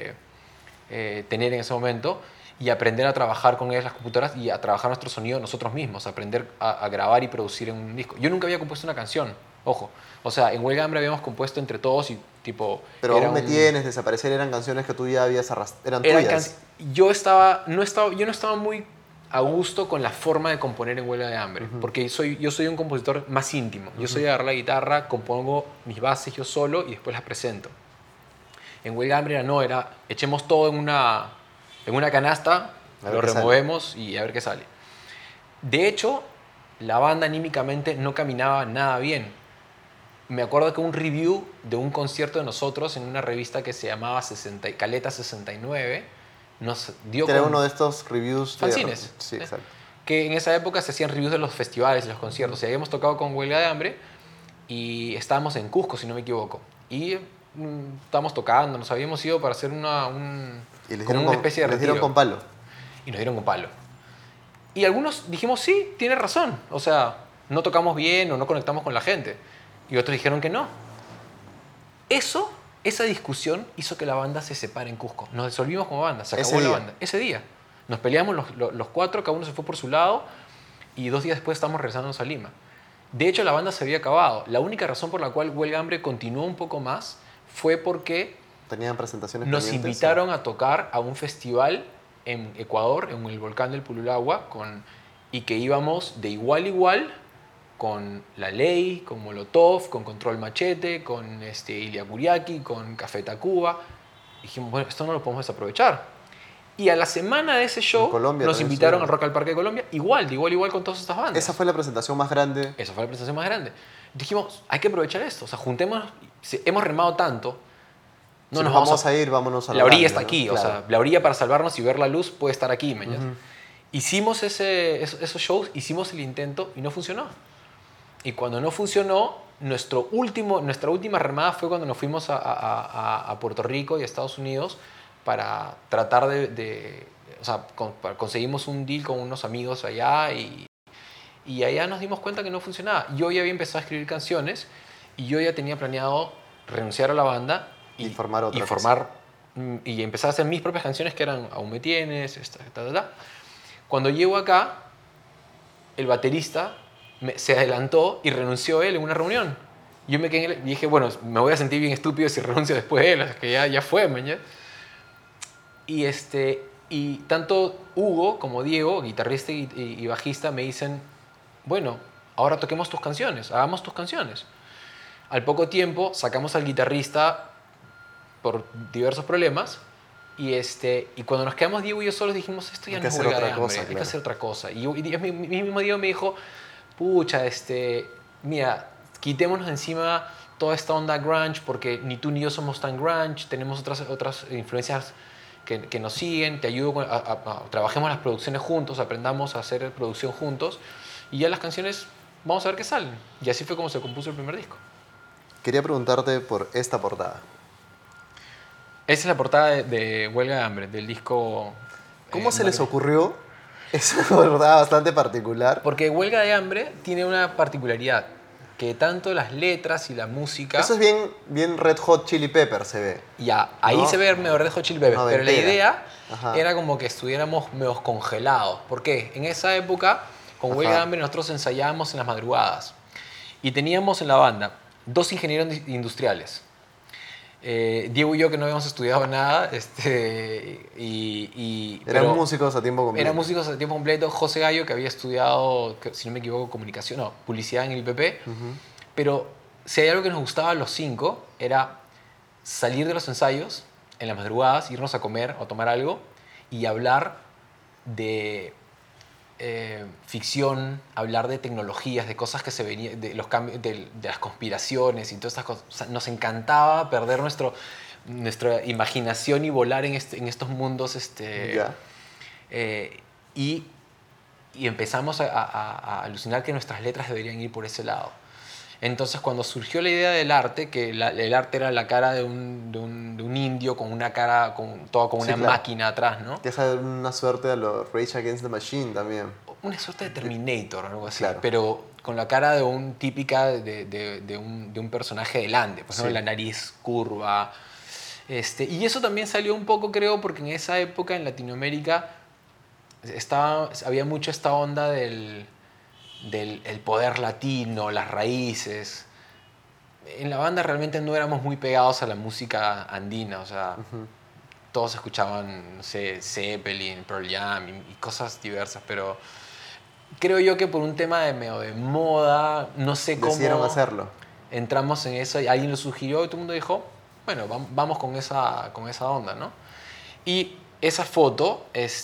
tener en ese momento, y aprender a trabajar con ellas las computadoras y a trabajar nuestro sonido nosotros mismos, aprender a grabar y producir en un disco. Yo nunca había compuesto una canción. Ojo, o sea, en Huelga de Hambre habíamos compuesto entre todos y tipo... Pero Aún me tienes, Desaparecer, eran canciones que tú ya habías eran tuyas. Yo no estaba muy a gusto con la forma de componer en Huelga de Hambre, porque yo soy un compositor más íntimo. Yo soy de agarrar la guitarra, compongo mis bases yo solo y después las presento. En Huelga de Hambre era echemos todo en una canasta, lo removemos y a ver qué sale. De hecho, la banda anímicamente no caminaba nada bien. Me acuerdo que un review de un concierto de nosotros en una revista que se llamaba Caleta 69 nos dio Era uno de estos reviews fanzines. Sí, exacto. Que en esa época se hacían reviews de los festivales y los conciertos. Y habíamos tocado con Huelga de Hambre y estábamos en Cusco, si no me equivoco. Y estábamos tocando, nos habíamos ido para hacer una especie de retiro. Les dieron con palo. Y nos dieron con palo. Y algunos dijimos, sí, tiene razón. O sea, no tocamos bien o no conectamos con la gente. Y otros dijeron que no. Esa discusión hizo que la banda se separe en Cusco. Nos disolvimos como banda, se acabó la banda. Ese día. Nos peleamos los cuatro, cada uno se fue por su lado y 2 días después estamos regresándonos a Lima. De hecho, la banda se había acabado. La única razón por la cual Huelga Hambre continuó un poco más fue porque tenían presentaciones nos invitaron a tocar a un festival en Ecuador, en el volcán del Pululagua, y que íbamos de igual a igual con La Ley, con Molotov, con Control Machete, con Ilia Kuriaki, con Café Tacuba. Dijimos, bueno, esto no lo podemos desaprovechar. Y a la semana de ese show nos invitaron al Rock al Parque de Colombia, de igual a igual con todas estas bandas. Esa fue la presentación más grande. Esa fue la presentación más grande. Dijimos, hay que aprovechar esto, o sea, juntémonos, hemos remado tanto, no nos vamos a ir, vámonos a la orilla está aquí, claro. O sea, la orilla para salvarnos y ver la luz puede estar aquí, ¿me entiendes? Hicimos esos shows, hicimos el intento y no funcionó. Y cuando no funcionó, nuestra última remada fue cuando nos fuimos a Puerto Rico y a Estados Unidos para tratar o sea, conseguimos un deal con unos amigos allá y allá nos dimos cuenta que no funcionaba. Yo ya había empezado a escribir canciones y yo ya tenía planeado renunciar a la banda y formar y empezar a hacer mis propias canciones que eran Aún me tienes, Cuando llego acá, el baterista se adelantó y renunció él en una reunión. Yo me quedé y dije, bueno, me voy a sentir bien estúpido si renuncio después de él, es que ya fue, ¿me? Y tanto Hugo como Diego, guitarrista y bajista, me dicen, bueno, ahora toquemos tus canciones, hagamos tus canciones. Al poco tiempo sacamos al guitarrista por diversos problemas y cuando nos quedamos Diego y yo solos dijimos, esto ya no es Huelga de Hambre, hay que hacer otra cosa. Y mi mismo Diego me dijo, pucha, mira, quitémonos de encima toda esta onda grunge porque ni tú ni yo somos tan grunge, tenemos otras influencias que nos siguen, te ayudo trabajemos las producciones juntos, aprendamos a hacer producción juntos y ya las canciones vamos a ver qué salen. Y así fue como se compuso el primer disco. Quería preguntarte por esta portada. Esa es la portada de Huelga de Hambre, del disco... ¿Cómo se les ocurrió? Es una portada bastante particular. Porque Huelga de Hambre tiene una particularidad, que tanto las letras y la música... Eso es bien Red Hot Chili Pepper, se ve. Ya, ahí se ve medio Red Hot Chili Pepper, pero la idea era como que estuviéramos medio congelados. ¿Por qué? En esa época, con Huelga de Hambre, nosotros ensayábamos en las madrugadas. Y teníamos en la banda 2 ingenieros industriales. Diego y yo, que no habíamos estudiado nada, eran músicos a tiempo completo. Eran músicos a tiempo completo. José Gallo, que había estudiado, si no me equivoco, publicidad en el IPP. Pero si hay algo que nos gustaba a los 5, era salir de los ensayos en las madrugadas, irnos a comer o tomar algo y hablar de ficción, hablar de tecnologías, de cosas que se venían, de los cambios, de las conspiraciones y todas estas cosas. O sea, nos encantaba perder nuestra imaginación y volar en estos mundos. Y empezamos a alucinar que nuestras letras deberían ir por ese lado. Entonces, cuando surgió la idea del arte, que el arte era la cara de un indio con una cara, toda con una máquina atrás, ¿no? Deja una suerte a los Rage Against the Machine también. Una suerte de Terminator o algo así, claro. Pero con la cara de un personaje del Ande, por ejemplo, la nariz curva. Y eso también salió un poco, creo, porque en esa época en Latinoamérica había mucho esta onda del poder latino, las raíces. En la banda realmente no éramos muy pegados a la música andina, o sea, todos escuchaban, no sé, Zeppelin, Pearl Jam y cosas diversas, pero creo yo que por un tema de medio de moda, no sé Decidieron cómo hacerlo. entramos en eso y alguien lo sugirió y todo el mundo dijo, bueno, vamos con esa onda, ¿no? Y esa foto,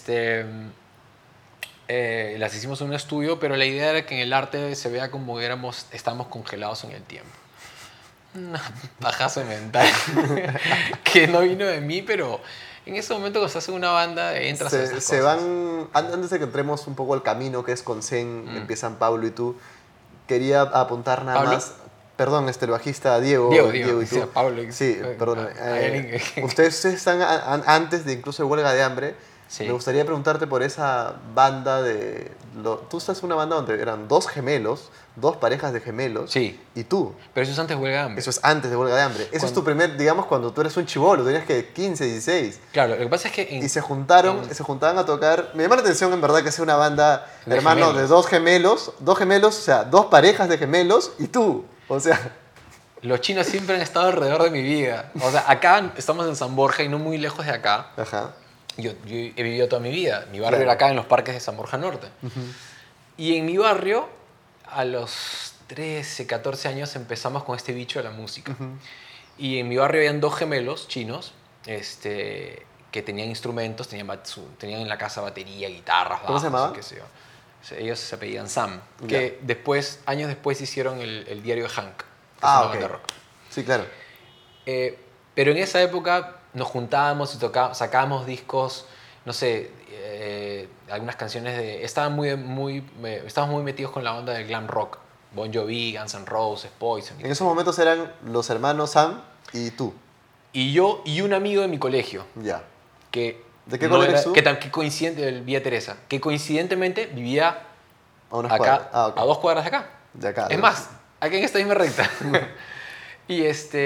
las hicimos en un estudio, pero la idea era que en el arte se vea como estamos congelados en el tiempo. Una pajazo mental que no vino de mí, pero en ese momento cuando se hace una banda entras a esas Se cosas. van, antes de que entremos un poco al camino que es con Zen, Mm. empiezan Pablo y tú, quería apuntar nada ¿Pablo? más, perdón, el bajista Diego Diego, y tú. decía Pablo. Sí, perdón. Hay alguien que- Ustedes están antes de incluso de Huelga de Hambre. Sí. Me gustaría preguntarte por esa banda tú estás en una banda donde eran dos gemelos, dos parejas de gemelos, Sí. y tú. Pero eso es antes de Huelga de Hambre. Eso es antes de Huelga de Hambre. Eso es tu primer, digamos, cuando tú eres un chibolo, tenías que 15, 16. Claro, lo que pasa es que Y se juntaban a tocar. Me llama la atención en verdad que sea una banda, De hermano, gemelos. de dos gemelos, o sea, dos parejas de gemelos y tú. O sea, los chinos siempre han estado alrededor de mi vida. O sea, acá estamos en San Borja y no muy lejos de acá. ajá. Yo he vivido toda mi vida. Mi barrio Claro. era acá en los parques de San Borja Norte. Y en mi barrio, a los 13, 14 años empezamos con este bicho de la música. Y en mi barrio habían dos gemelos chinos que tenían instrumentos, tenían en la casa batería, guitarras, bajos, ¿Cómo se llamaban? qué sé yo. O sea, ellos se apellídan Sam, Ya. que años después hicieron el diario de Hank, que es Ah, una ok. banda de rock. Sí, claro. Pero en esa época nos juntábamos y sacábamos discos, no sé, algunas canciones estábamos muy metidos con la onda del glam rock. Bon Jovi, Guns N' Roses, Poison. En esos momentos eran los hermanos Sam y tú. Y yo y un amigo de mi colegio, Ya. que ¿De qué colegio eres tú? que coincidente, el Villa Teresa, que coincidentemente vivía A unas acá, cuadras. Ah, ok. a 2 cuadras de acá. De acá. Es más, aquí en esta misma recta. y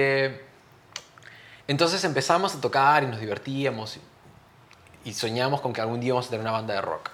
entonces empezamos a tocar y nos divertíamos y soñamos con que algún día íbamos a tener una banda de rock.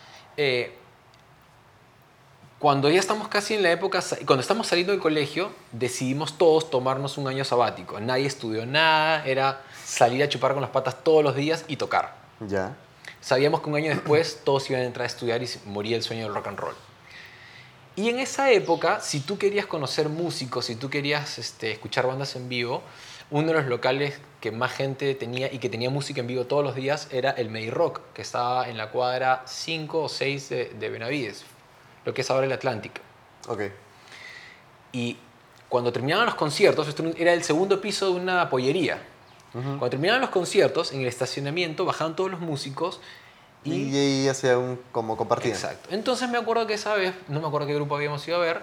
Cuando ya estamos casi en la época, cuando estamos saliendo del colegio, decidimos todos tomarnos un año sabático. Nadie estudió nada, era salir a chupar con las patas todos los días y tocar. Ya. Sabíamos que un año después todos iban a entrar a estudiar y moría el sueño del rock and roll. Y en esa época, si tú querías conocer músicos, si tú querías escuchar bandas en vivo, uno de los locales que más gente tenía y que tenía música en vivo todos los días era el Medi Rock, que estaba en la cuadra 5 o 6 de Benavides, lo que es ahora el Atlantic. Ok. Y cuando terminaban los conciertos, esto era el segundo piso de una pollería. Cuando terminaban los conciertos, en el estacionamiento bajaban todos los músicos Y ahí hacía como compartían. Exacto. Entonces me acuerdo que esa vez, no me acuerdo qué grupo habíamos ido a ver,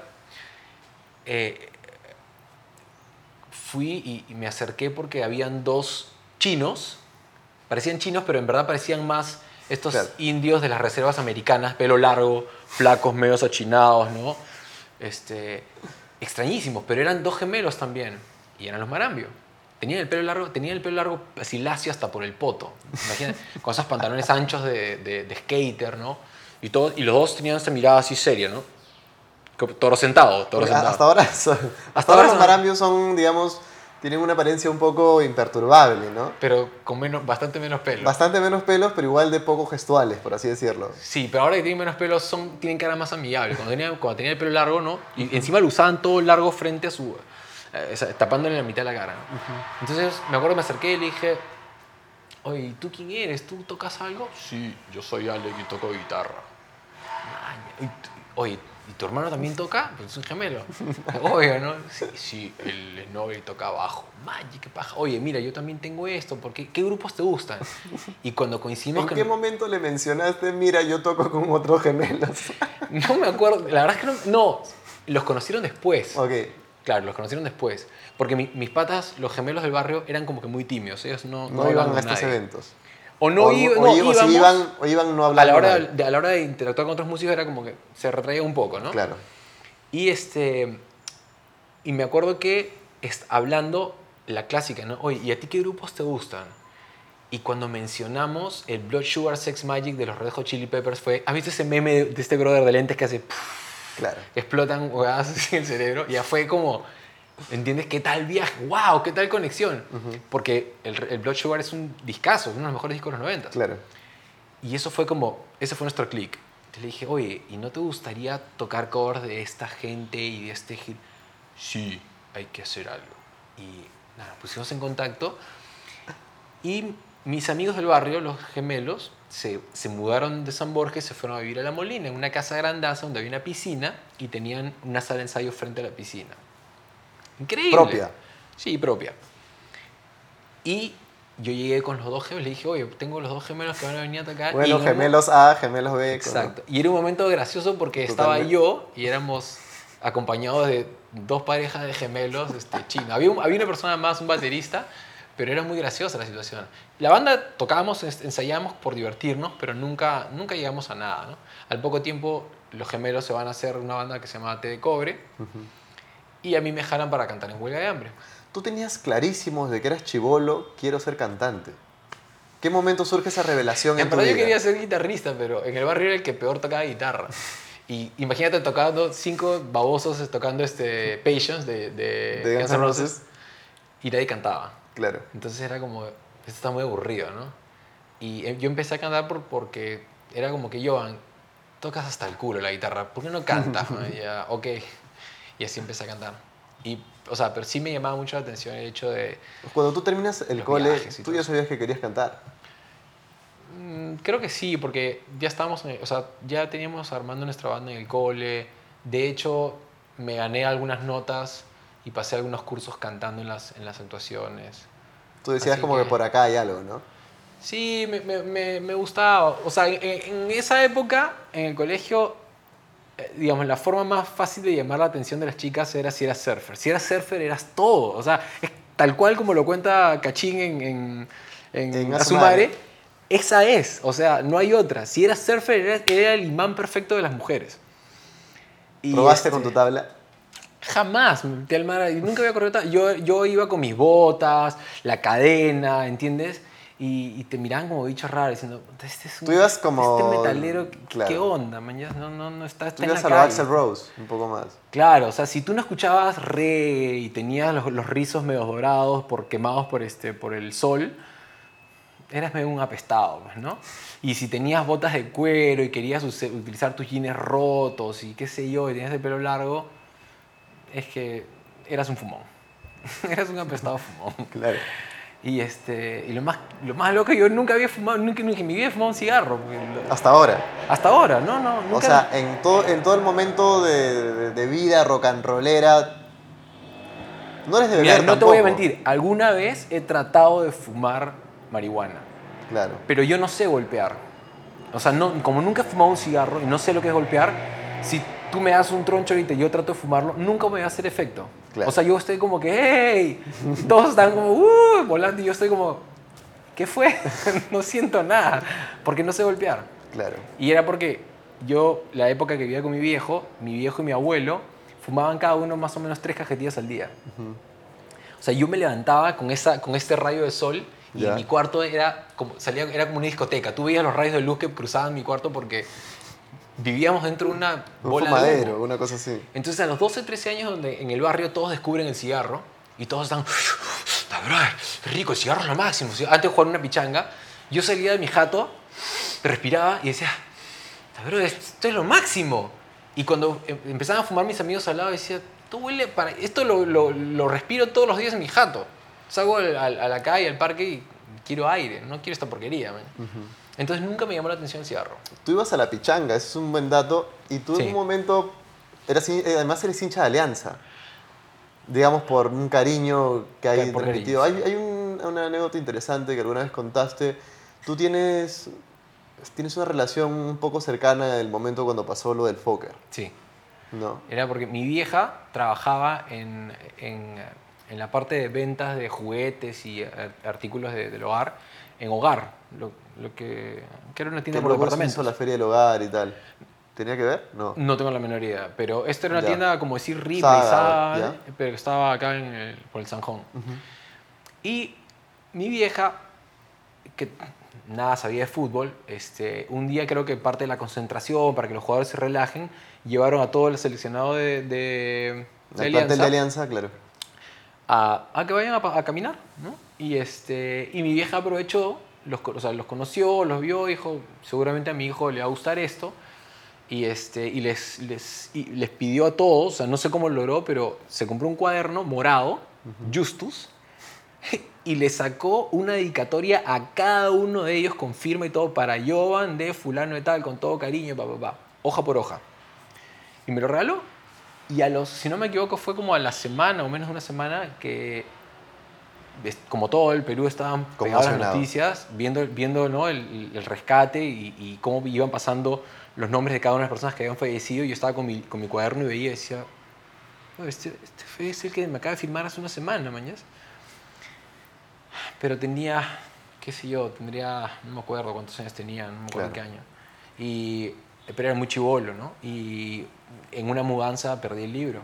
fui y me acerqué porque habían dos chinos, parecían chinos, pero en verdad parecían más estos Claro. indios de las reservas americanas, pelo largo, flacos, medios achinados, ¿no? Extrañísimos, pero eran dos gemelos también, y eran los Marambio. Tenían el pelo largo así lacio hasta por el poto. Imagínate, con esos pantalones anchos de skater, ¿no? Y los dos tenían esa mirada así seria, ¿no? Toro sentado, toro Porque sentado. hasta ahora, Hasta ahora los son- marambios son, digamos, tienen una apariencia un poco imperturbable, ¿no? Pero con bastante menos pelo. Bastante menos pelos, pero igual de poco gestuales, por así decirlo. Sí, pero ahora que tienen menos pelo tienen cara más amigable. Cuando tenía el pelo largo, ¿no? Y encima lo usaban todo largo frente a tapándole la mitad de la cara, ¿no? Entonces me acuerdo que me acerqué y le dije, oye, ¿tú quién eres? ¿Tú tocas algo? Sí, yo soy Alec y toco guitarra. Oye, ¿y tu hermano también toca? Pues es un gemelo. Obvio, ¿no? Sí, él es novio y toca bajo. Magic, qué paja. Oye, mira, yo también tengo esto. ¿Qué grupos te gustan? Y cuando coincidimos... ¿En qué momento le mencionaste, mira, yo toco con otros gemelos? No me acuerdo, la verdad es que no, los conocieron después. Ok. Claro, los conocieron después. Porque mis patas, los gemelos del barrio, eran como que muy tímidos. Ellos no No hablaban iban a con estos nadie. eventos. O no, o íbamos, si iban, o iban no hablando. a la hora de interactuar con otros músicos era como que se retraía un poco, ¿no? Claro. Y, y me acuerdo que hablando la clásica, ¿no? Oye, ¿y a ti qué grupos te gustan? Y cuando mencionamos el Blood Sugar Sex Magic de los Red Hot Chili Peppers ¿has visto ese meme de este brother de lentes que hace... Claro. explotan huevadas así en el cerebro? Ya fue como... ¿Entiendes? ¿Qué tal viaje? ¡Wow! ¿Qué tal conexión? Porque el Blood Sugar es un discazo, es uno de los mejores discos de los 90. Claro. Y eso fue como, ese fue nuestro click. Entonces le dije, oye, ¿y no te gustaría tocar covers de esta gente y de este hit? Sí, hay que hacer algo. Y nada, pusimos en contacto y mis amigos del barrio, los gemelos, se mudaron de San Borges, se fueron a vivir a La Molina, en una casa grandaza donde había una piscina y tenían una sala de ensayo frente a la piscina. Increíble. Propia. Sí, propia. Y yo llegué con los dos gemelos, le dije, oye, tengo los dos gemelos que van a venir a tocar. Bueno, y gemelos A, gemelos B. Exacto. Y era un momento gracioso porque estaba yo y éramos acompañados de dos parejas de gemelos chinos. Había una persona más, un baterista, pero era muy graciosa la situación. La banda tocábamos, ensayábamos por divertirnos, pero nunca llegamos a nada, ¿no? Al poco tiempo los gemelos se van a hacer una banda que se llama Té de Cobre y a mí me jalan para cantar en Huelga de Hambre. Tú tenías clarísimo desde que eras chibolo, quiero ser cantante. ¿Qué momento surge esa revelación en tu vida? Yo quería ser guitarrista, pero en el barrio era el que peor tocaba guitarra. Y imagínate tocando 5 babosos tocando Patience de Guns N' Roses y nadie cantaba. Claro. Entonces era como, esto está muy aburrido, ¿no? Y yo empecé a cantar porque era como que, Joan, tocas hasta el culo la guitarra, ¿por qué no cantas? Y ya, ok. Y así empecé a cantar. Y, o sea, pero sí me llamaba mucho la atención el hecho de... Cuando tú terminas el cole, tú ya sabías que querías cantar. Creo que sí, porque ya estábamos, o sea, ya teníamos armando nuestra banda en el cole. De hecho, me gané algunas notas y pasé algunos cursos cantando en las actuaciones. Tú decías así como que por acá hay algo, ¿no? Sí, me gustaba. O sea, en esa época, en el colegio, digamos, la forma más fácil de llamar la atención de las chicas era si eras surfer. Si eras surfer, eras todo. O sea, es tal cual como lo cuenta Cachín en Azumare. Esa es, o sea, no hay otra. Si eras surfer, era el imán perfecto de las mujeres. Y ¿probaste con tu tabla? Jamás me metí al mar. Nunca había corrido tabla. Yo iba con mis botas, la cadena, ¿entiendes? Y te miraban como bichos raros diciendo, tú ibas como... este metalero, claro. ¿Qué onda, man? No está tú ibas a lo Axl Rose, un poco más. Claro, o sea, si tú no escuchabas reggae y tenías los rizos medio dorados quemados por el sol, eras medio un apestado, ¿no? Y si tenías botas de cuero y querías utilizar tus jeans rotos y qué sé yo, y tenías el pelo largo, es que eras un fumón. Eras un apestado fumón. Claro. Y lo más loco, yo nunca había fumado, nunca en mi vida he fumado un cigarro. ¿Hasta ahora? Hasta ahora, no, nunca. O sea, en todo el momento de vida rock and rollera, no eres de beber. Mira, no te voy a mentir, alguna vez he tratado de fumar marihuana. Claro. Pero yo no sé golpear. O sea, como nunca he fumado un cigarro y no sé lo que es golpear, si tú me das un troncho ahorita y yo trato de fumarlo, nunca me va a hacer efecto. Claro. O sea, yo estoy como que, ¡hey! Todos están como, volando, y yo estoy como, ¿qué fue? No siento nada, porque no sé golpear. Claro. Y era porque yo, la época que vivía con mi viejo y mi abuelo, fumaban cada uno más o menos 3 cajetillas al día. O sea, yo me levantaba con este rayo de sol y mi cuarto era como una discoteca. Tú veías los rayos de luz que cruzaban mi cuarto porque vivíamos dentro de una bola de humo, una cosa así. Entonces a los 12, 13 años, donde en el barrio todos descubren el cigarro y todos están, brother, qué rico, el cigarro es lo máximo. Antes de jugar una pichanga, yo salía de mi jato, respiraba y decía, brother, esto es lo máximo. Y cuando empezaban a fumar mis amigos al lado, decía, esto lo respiro todos los días en mi jato. Salgo a la calle, al parque y quiero aire, no quiero esta porquería. Entonces nunca me llamó la atención el cigarro. Tú ibas a la pichanga, ese es un buen dato, y tú en un momento, además eres hincha de Alianza, digamos por un cariño que hay transmitido. Hay una anécdota interesante que alguna vez contaste. Tú tienes una relación un poco cercana del momento cuando pasó lo del Fokker. Sí. ¿No? Era porque mi vieja trabajaba en la parte de ventas de juguetes y artículos del hogar, en Hogar, lo que era una tienda por departamentos. Hizo la feria del hogar y tal. ¿Tenía que ver? No. No tengo la menor idea, pero esta era una tienda como decir Ripley, Saga, pero que estaba acá por el Sanjón. Y mi vieja, que nada sabía de fútbol, un día creo que parte de la concentración para que los jugadores se relajen, llevaron a todo el seleccionado de Alianza. De Alianza, claro. a que vayan a caminar, ¿no? Y mi vieja aprovechó, o sea, los conoció, los vio, dijo, seguramente a mi hijo le va a gustar esto. Y les pidió a todos, o sea, no sé cómo lo logró, pero se compró un cuaderno morado, Justus, y le sacó una dedicatoria a cada uno de ellos con firma y todo para Jovan de fulano de tal, con todo cariño, hoja por hoja. Y me lo regaló. Y si no me equivoco, fue como a la semana o menos de una semana que, como todo el Perú, estaban pegados las noticias, viendo ¿no? el rescate y cómo iban pasando los nombres de cada una de las personas que habían fallecido. Y yo estaba con mi cuaderno y veía y decía, oh, este es el que me acaba de firmar hace una semana, mañana. Pero tenía, qué sé yo, no me acuerdo cuántos años tenía, no me acuerdo qué año. Pero era muy chibolo, ¿no? Y en una mudanza perdí el libro.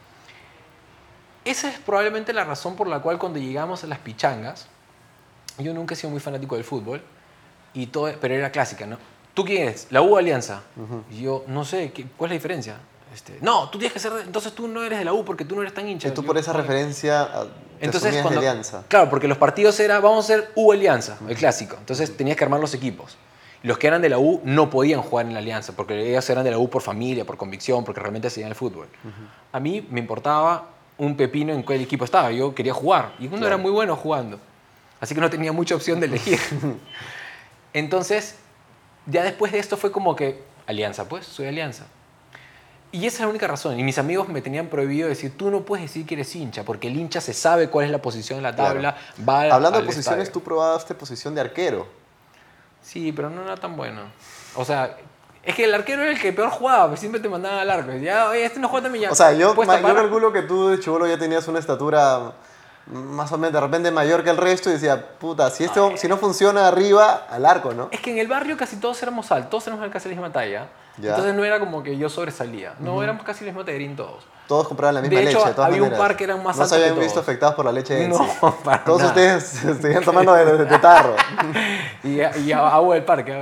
Esa es probablemente la razón por la cual cuando llegamos a las pichangas, yo nunca he sido muy fanático del fútbol, pero era clásica, ¿no? ¿Tú quién eres? ¿La U o Alianza? Y yo, no sé, ¿cuál es la diferencia? No, tú tienes que ser, entonces tú no eres de la U porque tú no eres tan hincha. Y tú por esa referencia te asumías de Alianza. Claro, porque los partidos vamos a ser U Alianza, el clásico. Entonces tenías que armar los equipos. Los que eran de la U no podían jugar en la Alianza, porque ellos eran de la U por familia, por convicción, porque realmente seguían el fútbol. A mí me importaba un pepino en cuál equipo estaba. Yo quería jugar. Y uno era muy bueno jugando. Así que no tenía mucha opción de elegir. Entonces, ya después de esto fue como que, Alianza, pues, soy Alianza. Y esa es la única razón. Y mis amigos me tenían prohibido decir, tú no puedes decir que eres hincha, porque el hincha se sabe cuál es la posición en la tabla. Claro. Hablando de posiciones, estadio. Tú probaste posición de arquero. Sí, pero no era tan bueno. O sea, es que el arquero era el que peor jugaba, pues siempre te mandaban al arco. Ya, oye, no juega también ya. O sea, yo calculo que tú de chibolo ya tenías una estatura más o menos de repente mayor que el resto y decía, puta, si no funciona arriba, al arco, ¿no? Es que en el barrio casi todos éramos altos, todos éramos casi la misma talla. Ya. Entonces no era como que yo sobresalía. No, éramos casi el mismo tallerín todos. Todos compraban la misma leche, de hecho, de todas había maneras. un par que eran más altos. No se habían visto afectados por la leche de No, para todos nada. Ustedes seguían tomando de tarro. y agua del parque.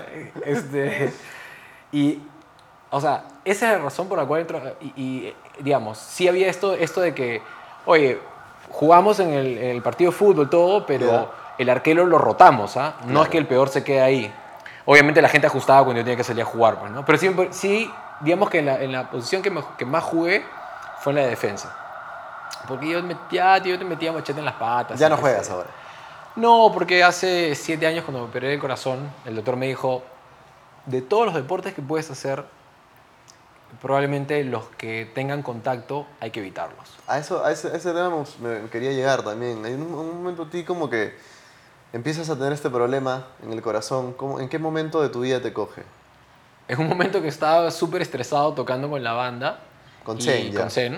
O sea, esa es la razón por la cual digamos, sí había esto de que, oye, jugamos en el partido de fútbol todo, pero el arquero lo rotamos, ¿ah? No es que el peor se quede ahí. Obviamente la gente ajustaba cuando yo tenía que salir a jugar, pues, ¿no? Pero sí, digamos que en la posición que más jugué fue en la defensa. Porque yo te metía machete en las patas. ¿Ya no juegas ahora? No, porque hace 7 años cuando me operé el corazón, el doctor me dijo, de todos los deportes que puedes hacer, probablemente los que tengan contacto hay que evitarlos. A ese tema me quería llegar también. Hay un momento a ti como que empiezas a tener este problema en el corazón. ¿En qué momento de tu vida te coge? Es un momento que estaba súper estresado tocando con la banda. Con Zen, ya. Con Zen.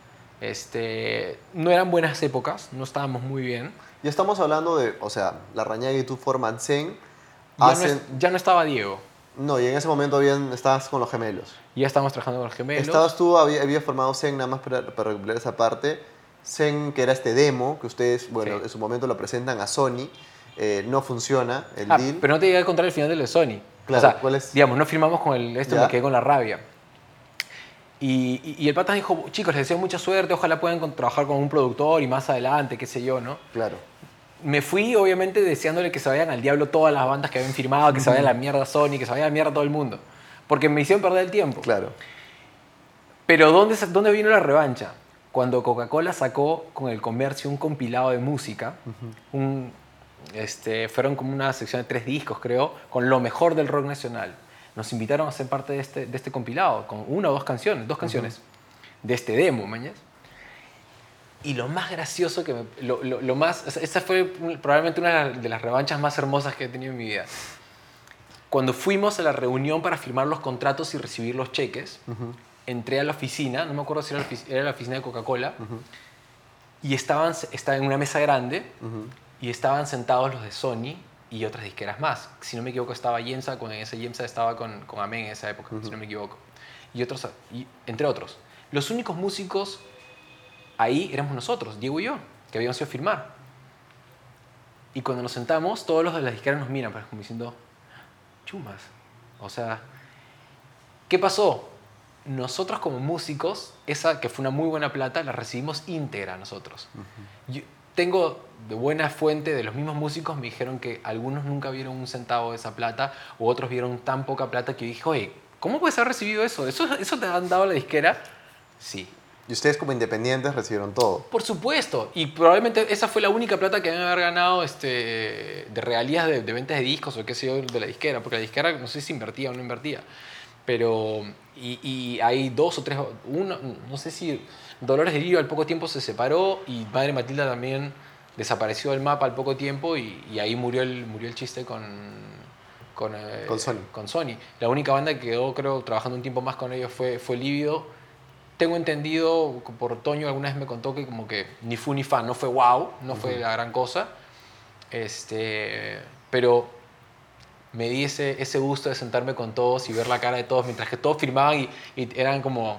No eran buenas épocas, no estábamos muy bien. Y estamos hablando de, o sea, Larrañaga y tú forman Zen. Ya no estaba Diego. No, y en ese momento estabas con los gemelos. Ya estábamos trabajando con los gemelos. Estabas tú, habías formado Zen, nada más para recuperar esa parte. Zen, que era este demo, que ustedes, bueno, en su momento lo presentan a Sony. No funciona el deal. Pero no te llegué a contar el final de lo de Sony. Claro, o sea, ¿cuál es? Digamos, no firmamos con esto, me quedé con la rabia. Y el pata dijo, chicos, les deseo mucha suerte, ojalá puedan trabajar con un productor y más adelante, qué sé yo, ¿no? Claro. Me fui, obviamente, deseándole que se vayan al diablo todas las bandas que habían firmado, que se vaya a la mierda Sony, que se vaya a la mierda todo el mundo. Porque me hicieron perder el tiempo. Claro. Pero ¿dónde vino la revancha? Cuando Coca-Cola sacó con el comercio un compilado de música, fueron como una sección de 3 discos, creo, con lo mejor del rock nacional. Nos invitaron a ser parte de este compilado, con 1 o 2 canciones, de este demo, mañas. Y lo más gracioso esa fue probablemente una de las revanchas más hermosas que he tenido en mi vida. Cuando fuimos a la reunión para firmar los contratos y recibir los cheques, entré a la oficina, no me acuerdo si era la oficina de Coca-Cola, y estaba en una mesa grande, y estaban sentados los de Sony y otras disqueras más. Si no me equivoco, estaba Yemsa, cuando en esa Yemsa estaba con Amén en esa época, si no me equivoco. Entre otros. Los únicos músicos ahí éramos nosotros, Diego y yo, que habíamos ido a firmar. Y cuando nos sentamos, todos los de las disqueras nos miran, como diciendo, chumas. O sea, ¿qué pasó? nosotros como músicos, esa que fue una muy buena plata, la recibimos íntegra nosotros. Yo tengo de buena fuente de los mismos músicos, me dijeron que algunos nunca vieron un centavo de esa plata, o otros vieron tan poca plata que yo dije, oye, ¿cómo puedes haber recibido eso? ¿Eso te han dado la disquera? Sí. Y ustedes como independientes recibieron todo. Por supuesto, y probablemente esa fue la única plata que deben haber ganado de regalías de ventas de discos o qué sé yo de la disquera, porque la disquera no sé si invertía o no invertía, pero y hay dos o tres, uno, no sé si Dolores de Lirio al poco tiempo se separó y Madre Matilda también desapareció del mapa al poco tiempo y ahí murió el chiste Con Sony. con Sony. La única banda que quedó, creo, trabajando un tiempo más con ellos fue Lívido. Tengo entendido, por Toño alguna vez me contó que como que ni fu ni fa, no fue wow, no fue la gran cosa, pero me di ese gusto de sentarme con todos y ver la cara de todos, mientras que todos firmaban y eran como,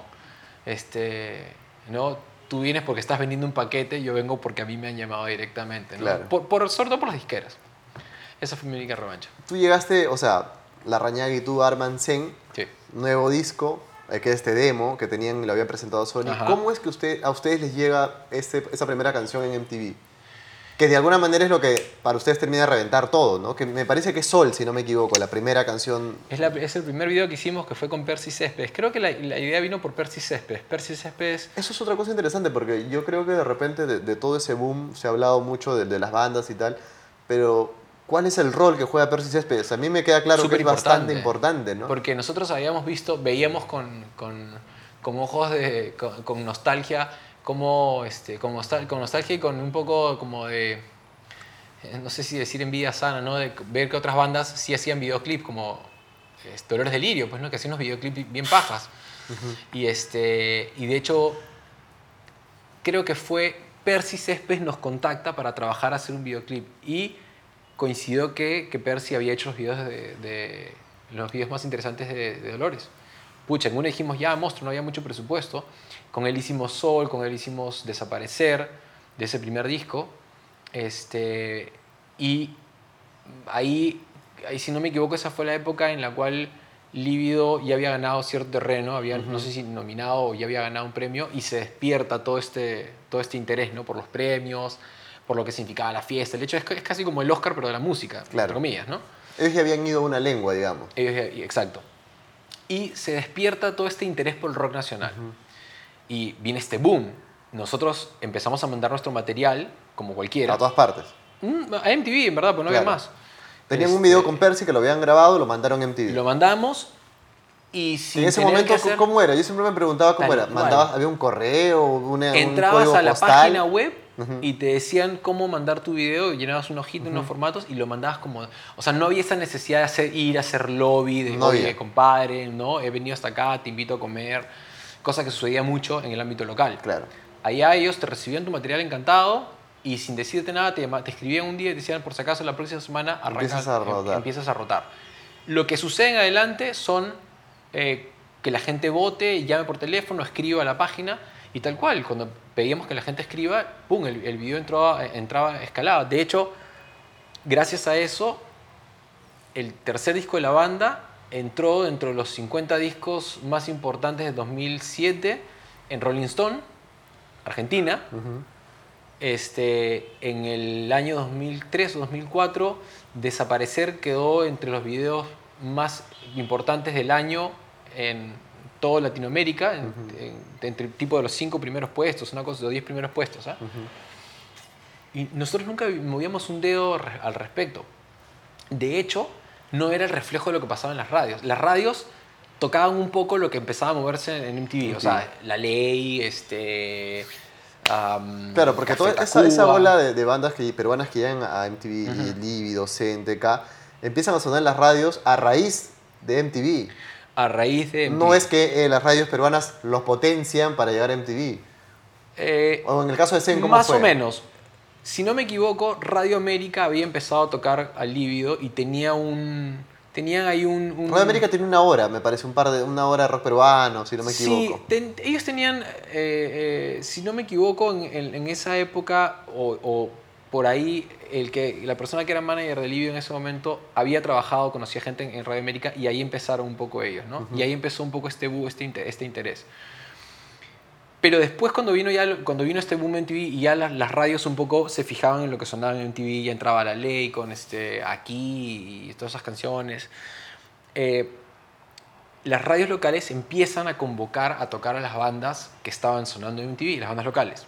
¿no? Tú vienes porque estás vendiendo un paquete, yo vengo porque a mí me han llamado directamente, ¿no? Claro. Sobre todo por las disqueras. Esa fue mi única revancha. Tú llegaste, o sea, Larrañaga y tú arman Zen, Sí. nuevo disco, que es este demo que tenían, lo habían presentado Sony. Ajá. ¿Cómo es que a ustedes les llega esa primera canción en MTV? Que de alguna manera es lo que para ustedes termina de reventar todo, ¿no? Que me parece que es Sol, si no me equivoco, la primera canción. Es el primer video que hicimos que fue con Percy Céspedes. Creo que la idea vino por Percy Céspedes. Percy Céspedes... Eso es otra cosa interesante porque yo creo que de repente de todo ese boom se ha hablado mucho de las bandas y tal, pero ¿cuál es el rol que juega Percy Céspedes? A mí me queda claro que es bastante importante, ¿no? Porque nosotros veíamos con ojos con nostalgia, como, con nostalgia y con un poco como de, no sé si decir envidia sana, ¿no? De ver que otras bandas sí hacían videoclips, como Dolores de Lirio, pues, ¿no? Que hacían unos videoclips bien pajas. Y de hecho, creo que fue Percy Céspedes nos contacta para trabajar a hacer un videoclip. Y coincidió que Percy había hecho los videos más interesantes de Dolores. Pucha, en uno dijimos, ya, monstruo, no había mucho presupuesto. Con él hicimos Sol, con él hicimos Desaparecer, de ese primer disco. Y ahí, si no me equivoco, esa fue la época en la cual Lívido ya había ganado cierto terreno, había, no sé si nominado o ya había ganado un premio, y se despierta todo este interés, ¿no? Por los premios, por lo que significaba la fiesta. El hecho es casi como el Oscar, pero de la música, Claro. entre comillas, ¿no? Ellos ya habían ido a una lengua, digamos. Exacto. Y se despierta todo este interés por el rock nacional. Y viene este boom. Nosotros empezamos a mandar nuestro material, como cualquiera. A todas partes. A MTV, en verdad, pues no había más. Tenían un video con Percy que lo habían grabado, lo mandaron a MTV. Lo mandamos y sin en ese tener momento, que hacer, ¿cómo era? Yo siempre me preguntaba cómo tal era. cual. ¿Mandabas, había un correo, un entrabas código a la postal? página web y te decían cómo mandar tu video, llenabas un hojito, unos formatos y lo mandabas como... O sea, no había esa necesidad de ir a hacer lobby, de, No oye, había. compadre, ¿no? He venido hasta acá, te invito a comer. Cosa que sucedía mucho en el ámbito local. Claro. Allá ellos te recibían tu material encantado y sin decirte nada te escribían un día y te decían, por si acaso, la próxima semana empiezas a rotar. Lo que sucede en adelante son que la gente vote, llame por teléfono, escriba a la página y tal cual. Cuando pedíamos que la gente escriba, ¡pum!, el video entraba escalado. De hecho, gracias a eso, el tercer disco de la banda entró dentro de los 50 discos más importantes de 2007 en Rolling Stone, Argentina. En el año 2003 o 2004, Desaparecer quedó entre los videos más importantes del año en toda Latinoamérica, entre el tipo de los 5 primeros puestos, una cosa de los 10 primeros puestos. ¿eh? Y nosotros nunca movíamos un dedo al respecto. De hecho, no era el reflejo de lo que pasaba en las radios. Las radios tocaban un poco lo que empezaba a moverse en MTV. O sea, La Ley, claro, porque toda esa ola de bandas peruanas que llegan a MTV, Lívido, CNTK, empiezan a sonar en las radios a raíz de MTV. A raíz de MTV. No es que las radios peruanas los potencian para llegar a MTV. O en el caso de Zen, ¿cómo más fue? o menos. Si no me equivoco, Radio América había empezado a tocar al Lívido y tenían ahí un... Radio América tiene una hora, me parece, una hora de rock peruano, si no me equivoco. Sí, ellos tenían, si no me equivoco, en esa época, o por ahí la persona que era manager de Livio en ese momento había trabajado, conocía gente en Radio América y ahí empezaron un poco ellos, ¿no? Y ahí empezó un poco este interés. Pero después cuando vino este boom en MTV y ya las radios un poco se fijaban en lo que sonaba en MTV, ya entraba La Ley con Aquí y todas esas canciones. Las radios locales empiezan a convocar a tocar a las bandas que estaban sonando en MTV, las bandas locales.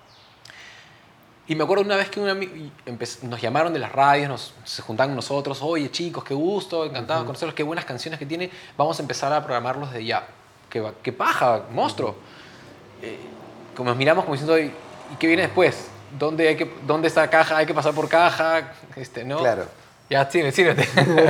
Y me acuerdo una vez que nos llamaron de las radios, se juntaban con nosotros, oye chicos, qué gusto, encantado de conocerlos, qué buenas canciones que tienen, vamos a empezar a programarlos desde ya. Qué paja, monstruo. Como nos miramos como diciendo, ¿y qué viene después? ¿Dónde está la caja? Hay que pasar por caja, ¿no? Claro. Ya, sírvete.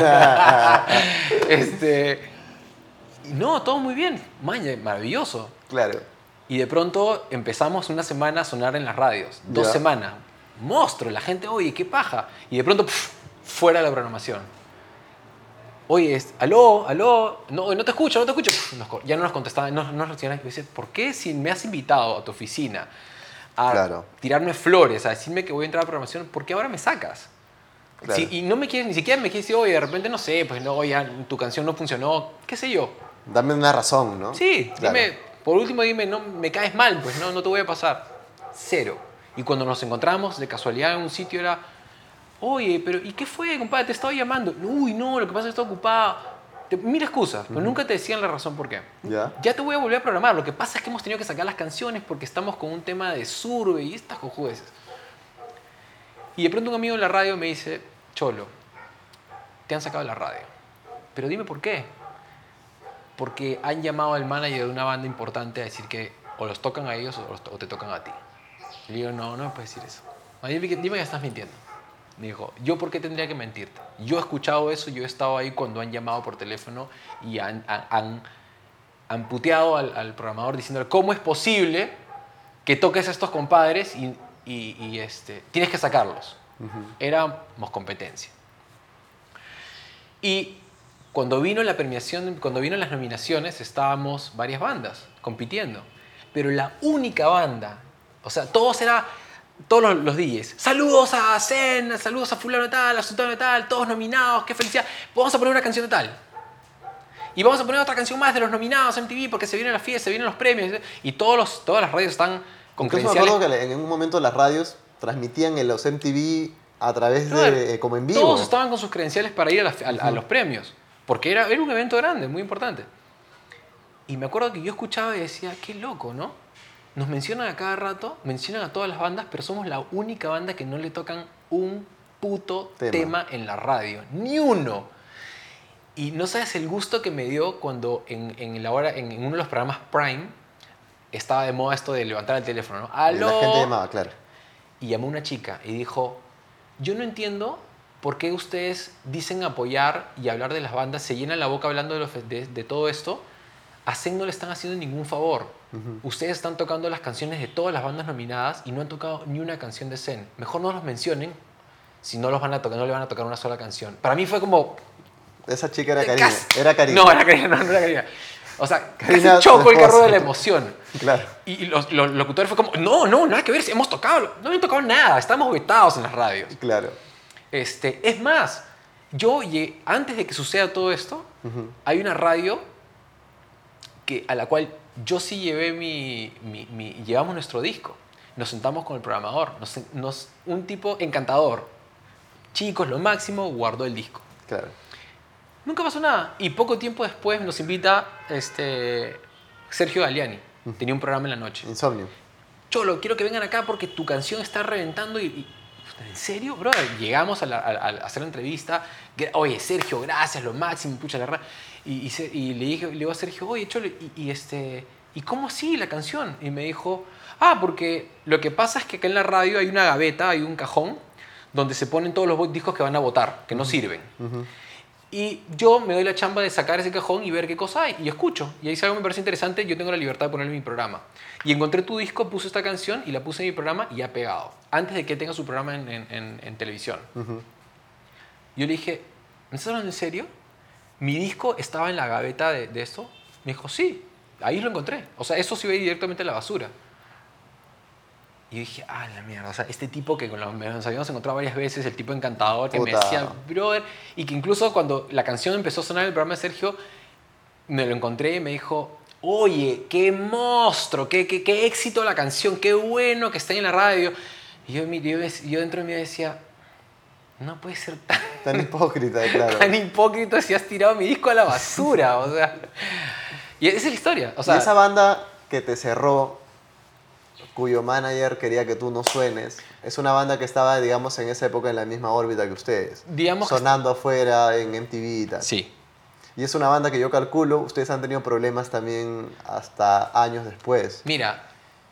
No, todo muy bien, maña, maravilloso. Claro. Y de pronto empezamos una semana a sonar en las radios. 2 semanas. Monstruo, la gente, oye, qué paja. Y de pronto, fuera de la programación. Oye, aló, no te escucho. Ya no nos contestaban, no nos reaccionaban. Y dice, ¿por qué si me has invitado a tu oficina a tirarme flores, a decirme que voy a entrar a programación, por qué ahora me sacas? Claro. Y no me quieres, ni siquiera me quieres decir, oye, de repente, no sé, pues no, ya tu canción no funcionó, qué sé yo. Dame una razón, ¿no? Sí, claro. Por último dime, no me caes mal, pues no te voy a pasar. Cero. Y cuando nos encontramos de casualidad en un sitio era, oye, pero ¿y qué fue, compadre? Te estaba llamando. Uy, no, lo que pasa es que estoy ocupado. Mil excusas, pero nunca te decían la razón por qué. Ya te voy a volver a programar. Lo que pasa es que hemos tenido que sacar las canciones porque estamos con un tema de survey y estas cojudeces. Y de pronto un amigo en la radio me dice, Cholo, te han sacado de la radio. Pero dime por qué. Porque han llamado al manager de una banda importante a decir que o los tocan a ellos o te tocan a ti. Y le digo, no me puedes decir eso. Dime que estás mintiendo. Me dijo, ¿yo por qué tendría que mentirte? Yo he escuchado eso, yo he estado ahí cuando han llamado por teléfono y han puteado al programador diciéndole, ¿cómo es posible que toques a estos compadres y tienes que sacarlos? Éramos competencia. Y cuando vino la premiación, cuando vino las nominaciones, estábamos varias bandas compitiendo. Pero la única banda, o sea, todos los DJs, saludos a Zen, saludos a fulano de tal, a sultano de tal, todos nominados, qué felicidad. Vamos a poner una canción de tal. Y vamos a poner otra canción más de los nominados en MTV porque se viene la fiesta, se vienen los premios. Y todas las radios están con credenciales. Me acuerdo que en un momento las radios transmitían en los MTV a través de como en vivo. Todos estaban con sus credenciales para ir a los premios. Porque era un evento grande, muy importante. Y me acuerdo que yo escuchaba y decía, qué loco, ¿no? Nos mencionan a cada rato, mencionan a todas las bandas, pero somos la única banda que no le tocan un puto tema en la radio. Ni uno. Y no sabes el gusto que me dio cuando en uno de los programas Prime estaba de moda esto de levantar el teléfono, ¿no? ¡Aló! Y la gente llamaba, claro. Y llamó una chica y dijo, yo no entiendo por qué ustedes dicen apoyar y hablar de las bandas, se llenan la boca hablando de todo esto, a Zen no le están haciendo ningún favor. Ustedes están tocando las canciones de todas las bandas nominadas y no han tocado ni una canción de Zen. Mejor no los mencionen si no los van a tocar, no le van a tocar una sola canción. Para mí fue como... Esa chica era Karina. Era Karina. No, era Karina. O sea, casi chocó el carro de la emoción. Claro. Y los locutores fue como, no, nada que ver, hemos tocado. No hemos tocado nada, estamos vetados en las radios. Claro. Es más, antes de que suceda todo esto, hay una radio a la cual yo sí llevé llevamos nuestro disco. Nos sentamos con el programador, un tipo encantador. Chicos, lo máximo, guardó el disco. Claro. Nunca pasó nada. Y poco tiempo después nos invita Sergio Galiani. Tenía un programa en la noche. Insomnio. Cholo, quiero que vengan acá porque tu canción está reventando ¿en serio, brother? Llegamos a hacer la entrevista. Oye, Sergio, gracias, lo máximo, pucha la y le digo a Sergio, oye, Cholo, ¿y cómo así la canción? Y me dijo, porque lo que pasa es que acá en la radio hay una gaveta, hay un cajón, donde se ponen todos los discos que van a votar, que no sirven. Y yo me doy la chamba de sacar ese cajón y ver qué cosa hay. Y escucho. Y ahí si algo me parece interesante, yo tengo la libertad de ponerlo en mi programa. Y encontré tu disco, puse esta canción y la puse en mi programa y ha pegado. Antes de que tenga su programa en televisión. Yo le dije, ¿me estás hablando en serio? ¿Mi disco estaba en la gaveta de esto? Me dijo, sí. Ahí lo encontré. O sea, eso se iba directamente a la basura. Y yo dije, ah, la mierda, o sea, este tipo que nos habíamos encontrado varias veces, el tipo encantador, que me Puta. decía, brother, y que incluso cuando la canción empezó a sonar en el programa de Sergio, me lo encontré y me dijo, oye, qué monstruo, qué éxito la canción, qué bueno que está en la radio. Y yo dentro de mí decía, no puede ser Tan hipócrita, claro. tan hipócrita si has tirado mi disco a la basura, o sea. Y esa es la historia, o sea. Y esa banda que te cerró, cuyo manager quería que tú no suenes, es una banda que estaba, digamos, en esa época en la misma órbita que ustedes. Digamos que sonando afuera en MTV y tal. sí. Y es una banda que yo calculo, ustedes han tenido problemas también hasta años después. Mira,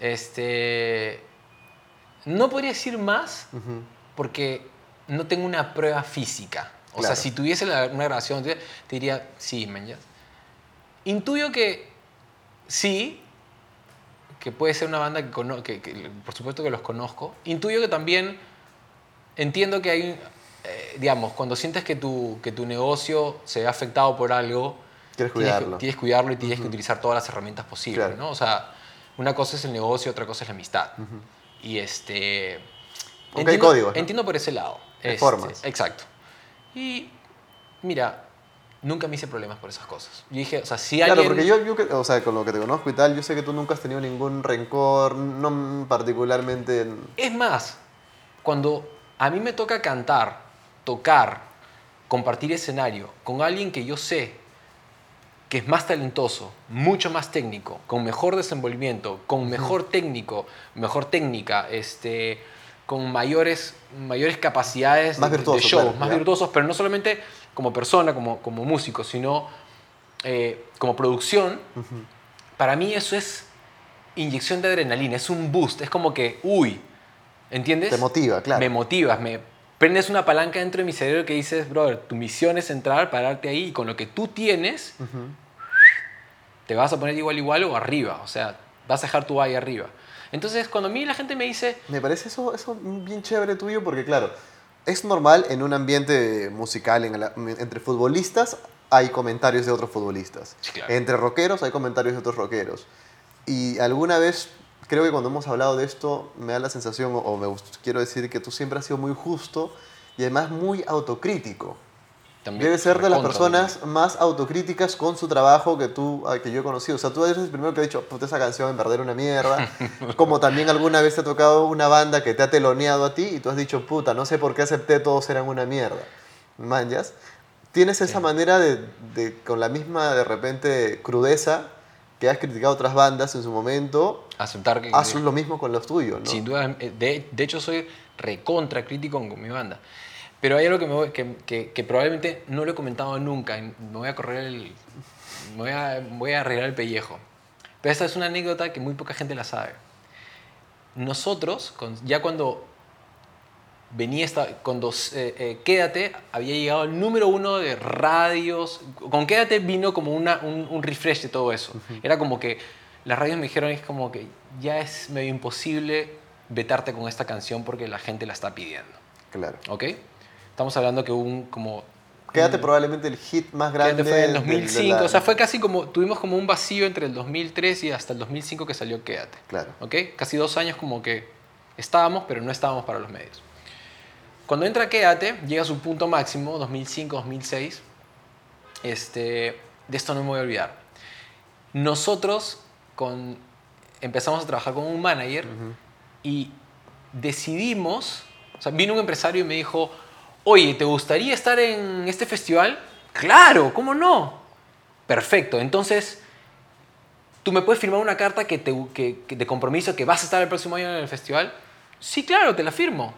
no podría decir más Ujú. porque no tengo una prueba física. O sea, Claro. si tuviese una grabación, te diría, sí, man, ya. Intuyo que sí, que puede ser una banda que por supuesto que los conozco. Intuyo que también entiendo que hay, digamos, cuando sientes que tu negocio se ve afectado por algo, Quieres cuidarlo. tienes que cuidarlo y tienes que utilizar todas las herramientas posibles, Claro. ¿no? O sea, una cosa es el negocio, otra cosa es la amistad. Y Aunque hay códigos, ¿no? entiendo por ese lado. Hay formas. Exacto. Y mira, nunca me hice problemas por esas cosas. Yo dije, o sea, si Claro, alguien... porque o sea, con lo que te conozco y tal, yo sé que tú nunca has tenido ningún rencor, no particularmente Es más, cuando a mí me toca cantar, tocar, compartir escenario con alguien que yo sé que es más talentoso, mucho más técnico, con mejor desenvolvimiento, con mejor técnico, mejor técnica, con mayores capacidades Más de virtuoso, show, claro, más ya. virtuosos, pero no solamente como persona, como músico, sino como producción. Para mí eso es inyección de adrenalina, es un boost, es como que, uy, ¿entiendes? te motiva, claro. Me motivas, me prendes una palanca dentro de mi cerebro que dices, brother, tu misión es entrar, pararte ahí y con lo que tú tienes, te vas a poner igual o arriba, o sea, vas a dejar tu ahí arriba. Entonces, cuando a mí la gente me dice, Me parece eso bien chévere tuyo porque, claro, es normal en un ambiente musical, entre futbolistas hay comentarios de otros futbolistas. Sí, claro. Entre rockeros hay comentarios de otros rockeros. Y alguna vez, creo que cuando hemos hablado de esto, me da la sensación, quiero decir que tú siempre has sido muy justo y además muy autocrítico. también, Debe ser de las recontra, personas más autocríticas con su trabajo que yo he conocido. O sea, tú eres el primero que ha dicho, puta, esa canción en verdad era una mierda. Como también alguna vez te ha tocado una banda que te ha teloneado a ti y tú has dicho, puta, no sé por qué acepté, todos eran una mierda. ¿Manjas? Tienes esa Sí. manera con la misma, de repente, crudeza que has criticado otras bandas en su momento, aceptar que... haz lo mismo con los tuyos, ¿no? Sin duda, de hecho soy recontra crítico con mi banda. Pero hay algo que probablemente no lo he comentado nunca. Me voy a correr voy a arreglar el pellejo. Pero esta es una anécdota que muy poca gente la sabe. Nosotros, ya cuando Quédate había llegado al número 1 de radios. Con Quédate vino como un refresh de todo eso. Era como que las radios me dijeron, es como que ya es medio imposible vetarte con esta canción porque la gente la está pidiendo. Claro. ¿Ok? Estamos hablando que Quédate probablemente el hit más grande. Quédate fue en 2005, o sea, fue casi como, tuvimos como un vacío entre el 2003 y hasta el 2005 que salió Quédate. Claro. ¿Ok? Casi 2 años como que estábamos, pero no estábamos para los medios. Cuando entra Quédate, llega a su punto máximo, 2005, 2006, de esto no me voy a olvidar. Nosotros empezamos a trabajar con un manager y decidimos, o sea, vino un empresario y me dijo, oye, ¿te gustaría estar en este festival? Claro, ¿cómo no? Perfecto, entonces, ¿tú me puedes firmar una carta de compromiso que vas a estar el próximo año en el festival? Sí, claro, te la firmo.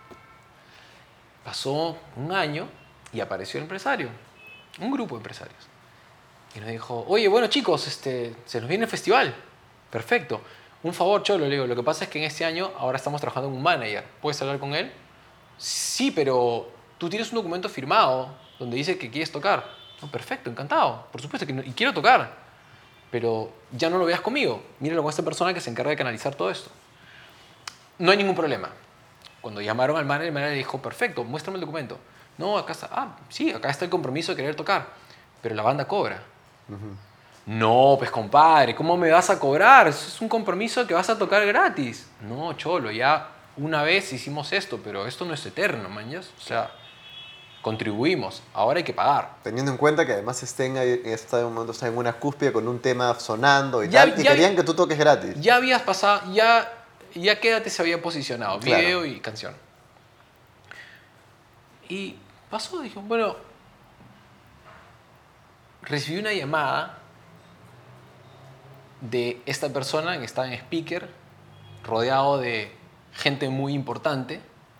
Pasó un año y apareció el empresario, un grupo de empresarios. Y nos dijo, oye, bueno chicos, se nos viene el festival. Perfecto. Un favor, Cholo, le digo, lo que pasa es que en este año ahora estamos trabajando con un manager. ¿Puedes hablar con él? Sí, pero tú tienes un documento firmado donde dice que quieres tocar. No, perfecto, encantado. Por supuesto que y quiero tocar. Pero ya no lo veas conmigo. Míralo con esta persona que se encarga de canalizar todo esto. No hay ningún problema. Cuando llamaron al manager, el manager dijo, perfecto, muéstrame el documento. No, acá está. Ah, sí, acá está el compromiso de querer tocar. Pero la banda cobra. No, pues compadre, ¿cómo me vas a cobrar? Eso es un compromiso que vas a tocar gratis. No, cholo, ya una vez hicimos esto, pero esto no es eterno, mañas. O sea, contribuimos, ahora hay que pagar. Teniendo en cuenta que además en momento está en una cúspide con un tema sonando y Ya, tal, y ya, querían que tú toques gratis. ya habías pasado, ya Quédate se había posicionado, Claro. video y canción. Y pasó, dije, bueno, recibí una llamada de esta persona que estaba en speaker, rodeado de gente muy importante,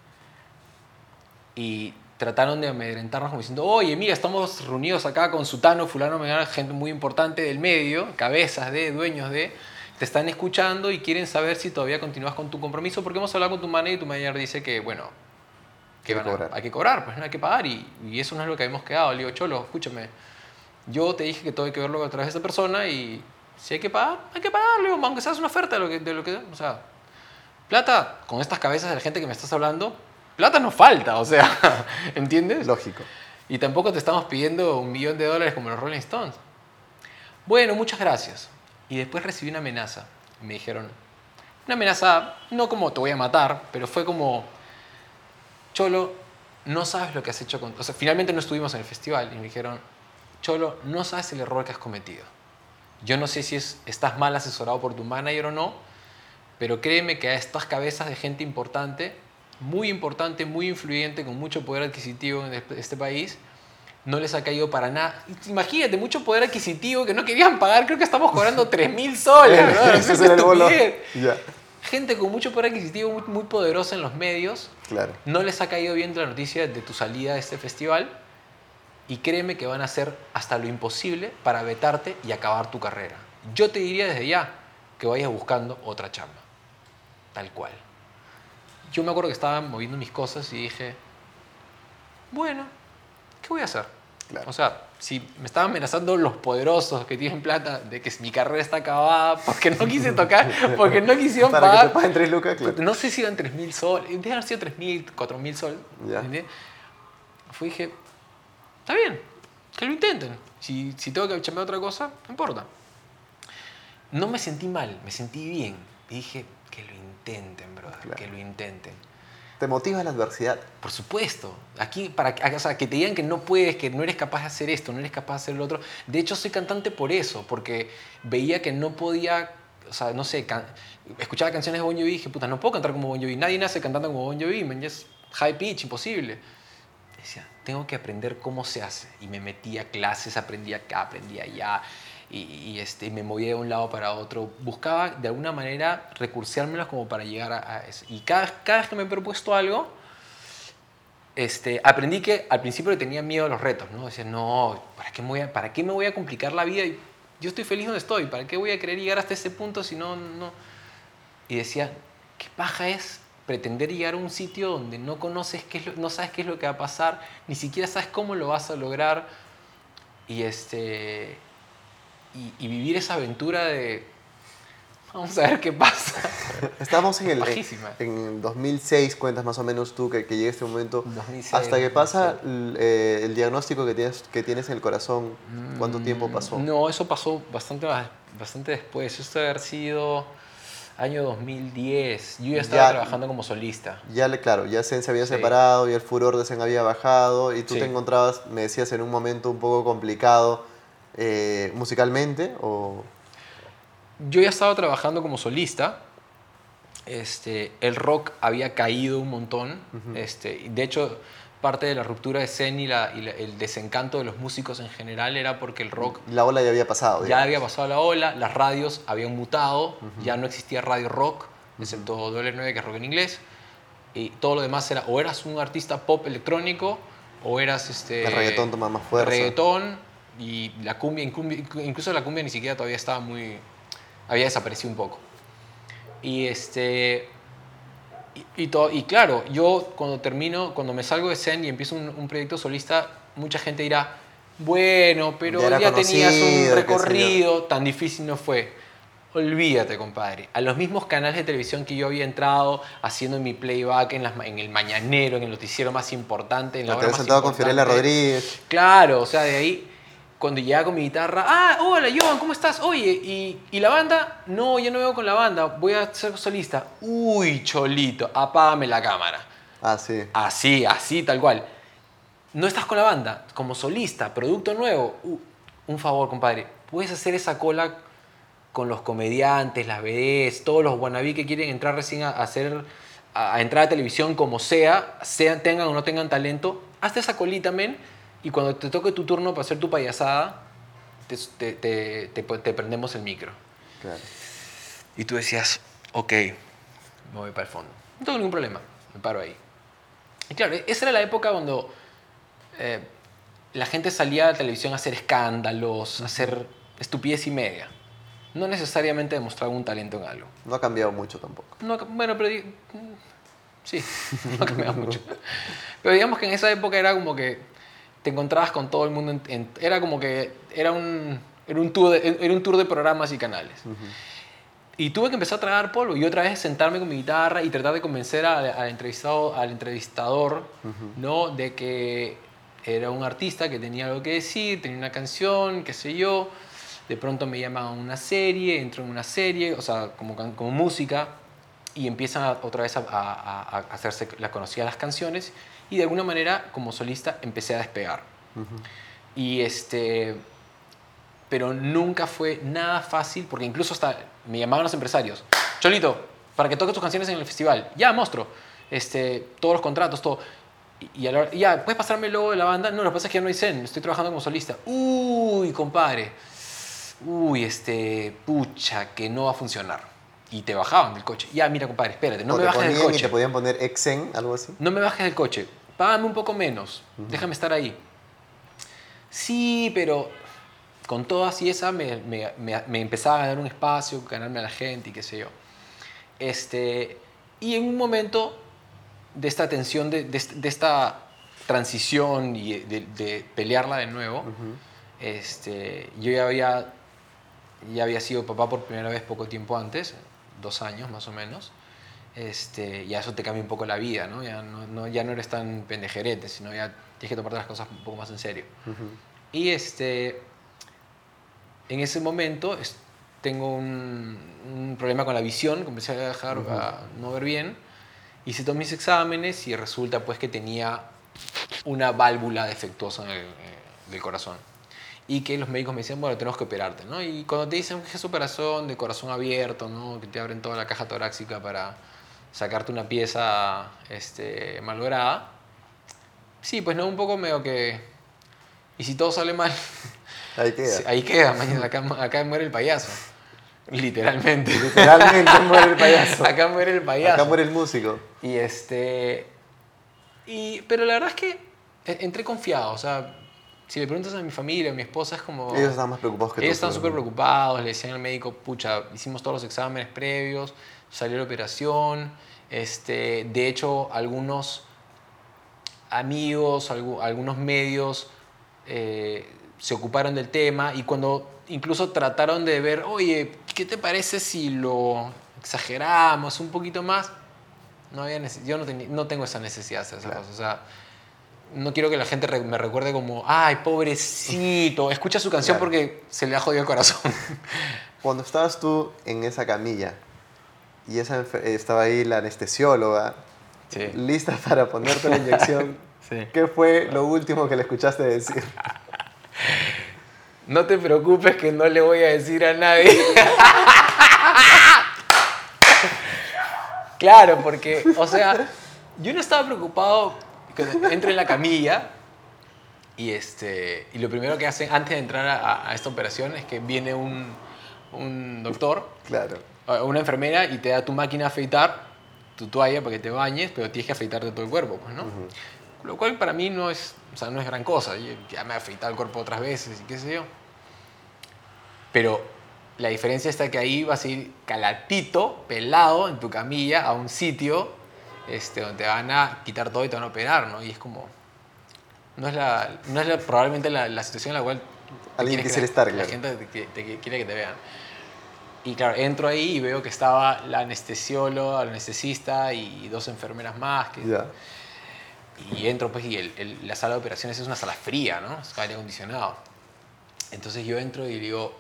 y trataron de amedrentarnos como diciendo, oye, mira, estamos reunidos acá con Sutano, fulano, mengano, gente muy importante del medio, cabezas de, dueños de, te están escuchando y quieren saber si todavía continúas con tu compromiso, porque hemos hablado con tu manager y tu manager dice que, bueno, que hay que cobrar, pues no hay que pagar, y eso no es lo que habíamos quedado. Le digo, cholo, escúchame, yo te dije que todo hay que verlo a través de esta persona y si hay que pagar, hay que pagarle, aunque seas una oferta de lo que, o sea, plata, con estas cabezas de la gente que me estás hablando, plata no falta, o sea, ¿entiendes? Lógico. Y tampoco te estamos pidiendo $1.000.000 como los Rolling Stones. Bueno, muchas gracias. Y después recibí una amenaza. Me dijeron, una amenaza, no como te voy a matar, pero fue como, Cholo, no sabes lo que has hecho con... O sea, finalmente no estuvimos en el festival y me dijeron, Cholo, no sabes el error que has cometido. Yo no sé si estás mal asesorado por tu manager o no, pero créeme que a estas cabezas de gente importante, muy influyente, con mucho poder adquisitivo en este país, no les ha caído para nada. Imagínate, mucho poder adquisitivo que no querían pagar, creo que estamos cobrando 3.000 soles. ¿No? Ese es el bolo. Ya. Gente con mucho poder adquisitivo, muy poderosa en los medios, Claro. no les ha caído bien la noticia de tu salida de este festival y créeme que van a hacer hasta lo imposible para vetarte y acabar tu carrera. Yo te diría desde ya que vayas buscando otra chamba, tal cual. Yo me acuerdo que estaba moviendo mis cosas y dije, bueno, ¿qué voy a hacer? Claro. O sea, si me estaban amenazando los poderosos que tienen plata de que mi carrera está acabada porque no quise tocar, porque no quisieron Para pagar. que te paguen 3 lucas, claro. No sé si eran 3.000 soles, deben haber sido 3.000, 4.000 soles. Ya. Dije, está bien, que lo intenten. Si tengo que chambear otra cosa, no importa. No me sentí mal, me sentí bien. Y dije, que lo intenten, brother, Claro. que lo intenten. ¿Te motiva la adversidad? Por supuesto. Aquí, o sea, que te digan que no puedes, que no eres capaz de hacer esto, no eres capaz de hacer lo otro. De hecho, soy cantante por eso, porque veía que no podía, o sea, no sé, escuchaba canciones de Bon Jovi y dije, puta, no puedo cantar como Bon Jovi. Nadie nace cantando como Bon Jovi, man, es high pitch, imposible. Decía, tengo que aprender cómo se hace. Y me metí a clases, aprendí acá, aprendí allá. Y me movía de un lado para otro. Buscaba de alguna manera recurseármelas como para llegar a eso. Y cada vez que me he propuesto algo, aprendí que al principio le tenía miedo a los retos, ¿no? Decía, no, ¿para qué me voy a complicar la vida? Yo estoy feliz donde estoy. ¿Para qué voy a querer llegar hasta ese punto si no? Y decía, ¿qué paja es pretender llegar a un sitio donde no conoces no sabes qué es lo que va a pasar, ni siquiera sabes cómo lo vas a lograr? Y vivir esa aventura de vamos a ver qué pasa. Estamos Bajísima. en 2006, cuentas más o menos tú que llega este momento. 2006, hasta que pasa 2007. el diagnóstico que tienes en el corazón, ¿cuánto tiempo pasó? No, eso pasó bastante después. Esto debe haber sido año 2010. Yo ya estaba trabajando como solista. Claro, ya Zen se había Sí. separado y el furor de Zen había bajado y tú Sí. te encontrabas, me decías, en un momento un poco complicado musicalmente o... Yo ya estaba trabajando como solista. El rock había caído un montón. De hecho, parte de la ruptura de Zen y el desencanto de los músicos en general era porque el rock... La ola ya había pasado. Ya digamos. había pasado la ola, las radios habían mutado, ya no existía radio rock, excepto W9, que es rock en inglés. Y todo lo demás era, o eras un artista pop electrónico, o eras... El reggaetón toma más fuerza. Reggaetón y la cumbia, incluso la cumbia ni siquiera todavía estaba muy... Había desaparecido un poco. Y claro, yo cuando me salgo de Zen y empiezo un proyecto solista, mucha gente dirá, bueno, pero ya tenías un recorrido, tan difícil no fue. Olvídate, compadre. A los mismos canales de televisión que yo había entrado haciendo mi playback en el mañanero, en el noticiero más importante, en la hora Te habías más sentado con importante. Fiorella Rodríguez. Claro, o sea, de ahí cuando llegaba con mi guitarra, hola Joan, ¿cómo estás? Oye, ¿y la banda? No, ya no vengo con la banda, voy a ser solista. Uy, cholito, apágame la cámara. Ah, sí. Así, tal cual. No estás con la banda, como solista, producto nuevo. Un favor, compadre, ¿puedes hacer esa cola con los comediantes, las BDs, todos los wannabe que quieren entrar recién a entrar a televisión como tengan o no tengan talento? Hazte esa colita, men, y cuando te toque tu turno para hacer tu payasada, te prendemos el micro. Claro. Y tú decías, ok, me voy para el fondo. No tengo ningún problema, me paro ahí. Y claro, esa era la época cuando la gente salía a la televisión a hacer escándalos, a hacer estupidez y media. No necesariamente demostrar un talento en algo. No ha cambiado mucho tampoco. No, bueno, pero sí, no ha cambiado mucho. Pero digamos que en esa época era como que te encontrabas con todo el mundo. Era como que era un tour de programas y canales. Y tuve que empezar a tragar polvo y otra vez sentarme con mi guitarra y tratar de convencer al entrevistador, ¿no? De que era un artista que tenía algo que decir, tenía una canción, qué sé yo. De pronto me llaman a una serie, entro en una serie, o sea, como música, y empiezan otra vez a hacerse conocidas las canciones, y de alguna manera, como solista, empecé a despegar. Y pero nunca fue nada fácil, porque incluso hasta me llamaban los empresarios. Cholito, para que toques tus canciones en el festival. Ya, monstruo. Todos los contratos, todo. Y ya, ¿puedes pasarme el logo de la banda? No, lo que pasa es que ya no hay Zen, estoy trabajando como solista. Uy, compadre. Uy, pucha, que no va a funcionar. Y te bajaban del coche. Ya, mira, compadre, espérate, no me bajes del coche. Y te podían poner Exen, algo así. No me bajes del coche. Págame un poco menos. Déjame estar ahí. Sí, pero con todas y esa me empezaba a ganar un espacio, ganarme a la gente y qué sé yo. Y en un momento de esta tensión, de esta transición y de pelearla de nuevo, yo ya había sido papá por primera vez poco tiempo antes, 2 años más o menos. Ya eso te cambia un poco la vida, ¿no? Ya no eres tan pendejerete, sino ya tienes que tomarte las cosas un poco más en serio. Y en ese momento tengo un problema con la visión, comencé a dejar a no ver bien, hice todos mis exámenes y resulta pues que tenía una válvula defectuosa del corazón. Y que los médicos me decían, bueno, tenemos que operarte, ¿no? Y cuando te dicen que es operación de corazón abierto, ¿no? Que te abren toda la caja torácica para sacarte una pieza malograda, sí, pues no, un poco medio que... ¿Y si todo sale mal? Ahí queda. Sí, ahí queda, mañana acá muere el payaso. Literalmente. Literalmente muere el payaso. Acá muere el payaso. Acá muere el músico. Pero la verdad es que entré confiado, o sea... Si le preguntas a mi familia, a mi esposa, es como... Ellos estaban más preocupados que tú. Ellos estaban súper preocupados, le decían al médico, pucha, hicimos todos los exámenes previos, salió la operación. De hecho, algunos amigos, algunos medios se ocuparon del tema y cuando incluso trataron de ver, oye, ¿qué te parece si lo exageramos un poquito más? Yo no tengo esa necesidad de hacer esas cosas, o sea... No quiero que la gente me recuerde como, ay, pobrecito, escucha su canción porque se le ha jodido el corazón. Cuando estabas tú en esa camilla y estaba ahí la anestesióloga, lista para ponerte la inyección, ¿qué fue lo último que le escuchaste decir? No te preocupes que no le voy a decir a nadie. Claro, porque, o sea, yo no estaba preocupado... Entro en la camilla y lo primero que hacen antes de entrar a esta operación es que viene un doctor, claro, una enfermera y te da tu máquina a afeitar, tu toalla para que te bañes, pero tienes que afeitarte todo el cuerpo, pues, ¿no? Lo cual para mí no es gran cosa. Yo ya me he afeitado el cuerpo otras veces y qué sé yo. Pero la diferencia está que ahí vas a ir calatito, pelado, en tu camilla a un sitio donde te van a quitar todo y te van a operar, ¿no? Y es como... No es probablemente la situación en la cual... Alguien quisiera estar, claro. La gente quiere que te vean. Y claro, entro ahí y veo que estaba la anestesióloga, el anestesista y 2 enfermeras más. Y entro, pues, y la sala de operaciones es una sala fría, ¿no? Es aire acondicionado. Entonces yo entro y digo,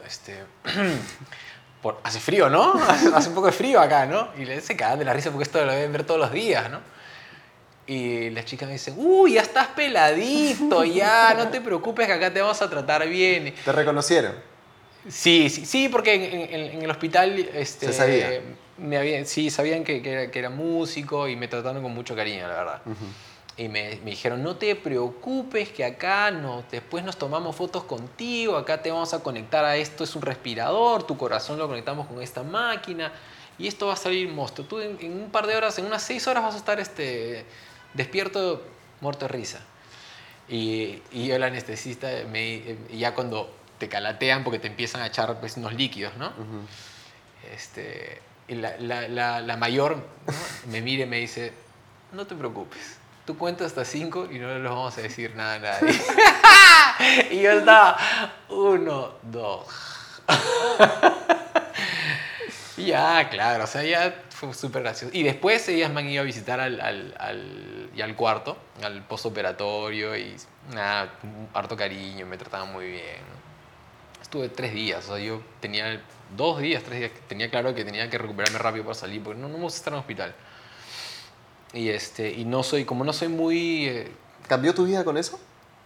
hace frío, ¿no? Hace un poco de frío acá, ¿no? Y se cagan de la risa porque esto lo deben ver todos los días, ¿no? Y las chicas me dicen, uy, ya estás peladito, ya, no te preocupes que acá te vamos a tratar bien. ¿Te reconocieron? Sí, sí, sí, porque en el hospital Se sabía. sí, sabían que era músico y me trataron con mucho cariño, la verdad. Y me dijeron, no te preocupes que acá después nos tomamos fotos contigo, acá te vamos a conectar a esto, es un respirador, tu corazón lo conectamos con esta máquina y esto va a salir monstruo. Tú en un par de horas, en unas 6 horas vas a estar despierto, muerto de risa. Y yo, el anestesista, ya cuando te calatean porque te empiezan a echar pues, unos líquidos, ¿no? Y la mayor, ¿no? Me mira y me dice, no te preocupes, tú cuentas hasta 5 y no les vamos a decir nada a nadie. Y yo estaba, 1, 2. Y ya, claro, o sea, ya fue súper gracioso. Y después ellas me han ido a visitar ya al cuarto, al postoperatorio y nada, harto cariño, me trataban muy bien. Estuve 3 días, o sea, yo tenía 2 días, 3 días, tenía claro que tenía que recuperarme rápido para salir, porque no me gusta estar en el hospital. Y no soy, como no soy muy... ¿Cambió tu vida con eso?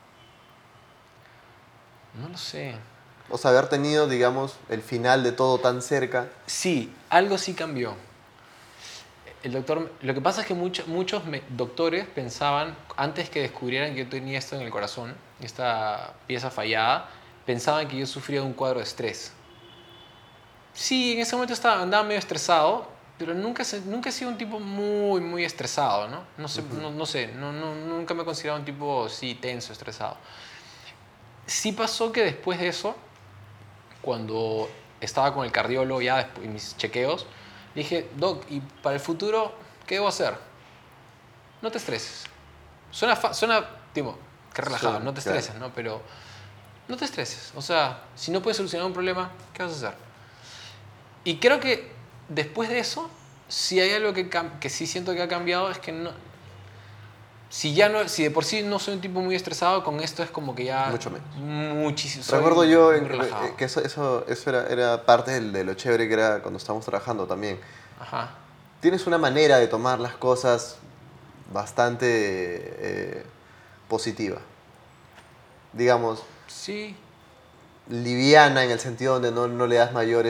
no lo sé. O sea, haber tenido, digamos, el final de todo tan cerca. Sí, algo sí cambió. El doctor, lo que pasa es que muchos doctores pensaban, antes que descubrieran que yo tenía esto en el corazón, esta pieza fallada, pensaban que yo sufría de un cuadro de estrés. Sí, en ese momento andaba medio estresado, pero nunca he sido un tipo muy, muy estresado, ¿no? No sé, no sé, nunca me he considerado un tipo, sí, tenso, estresado. Sí pasó que después de eso, cuando estaba con el cardiólogo ya después, en mis chequeos, dije, Doc, ¿y para el futuro qué debo hacer? No te estreses. Suena tipo, qué relajado, Sí, no te claro. estreses, ¿no? Pero no te estreses. O sea, si no puedes solucionar un problema, ¿qué vas a hacer? Y creo que después de eso, si hay algo que sí siento que ha cambiado, es que no, si de por sí no soy un tipo muy estresado, con esto es como que ya Mucho menos. muchísimo, Recuerdo soy yo muy relajado. que eso era parte de lo chévere que era cuando estábamos trabajando también. Ajá. Tienes una manera de tomar las cosas bastante positiva. Digamos, Sí, liviana en el sentido donde no le das mayor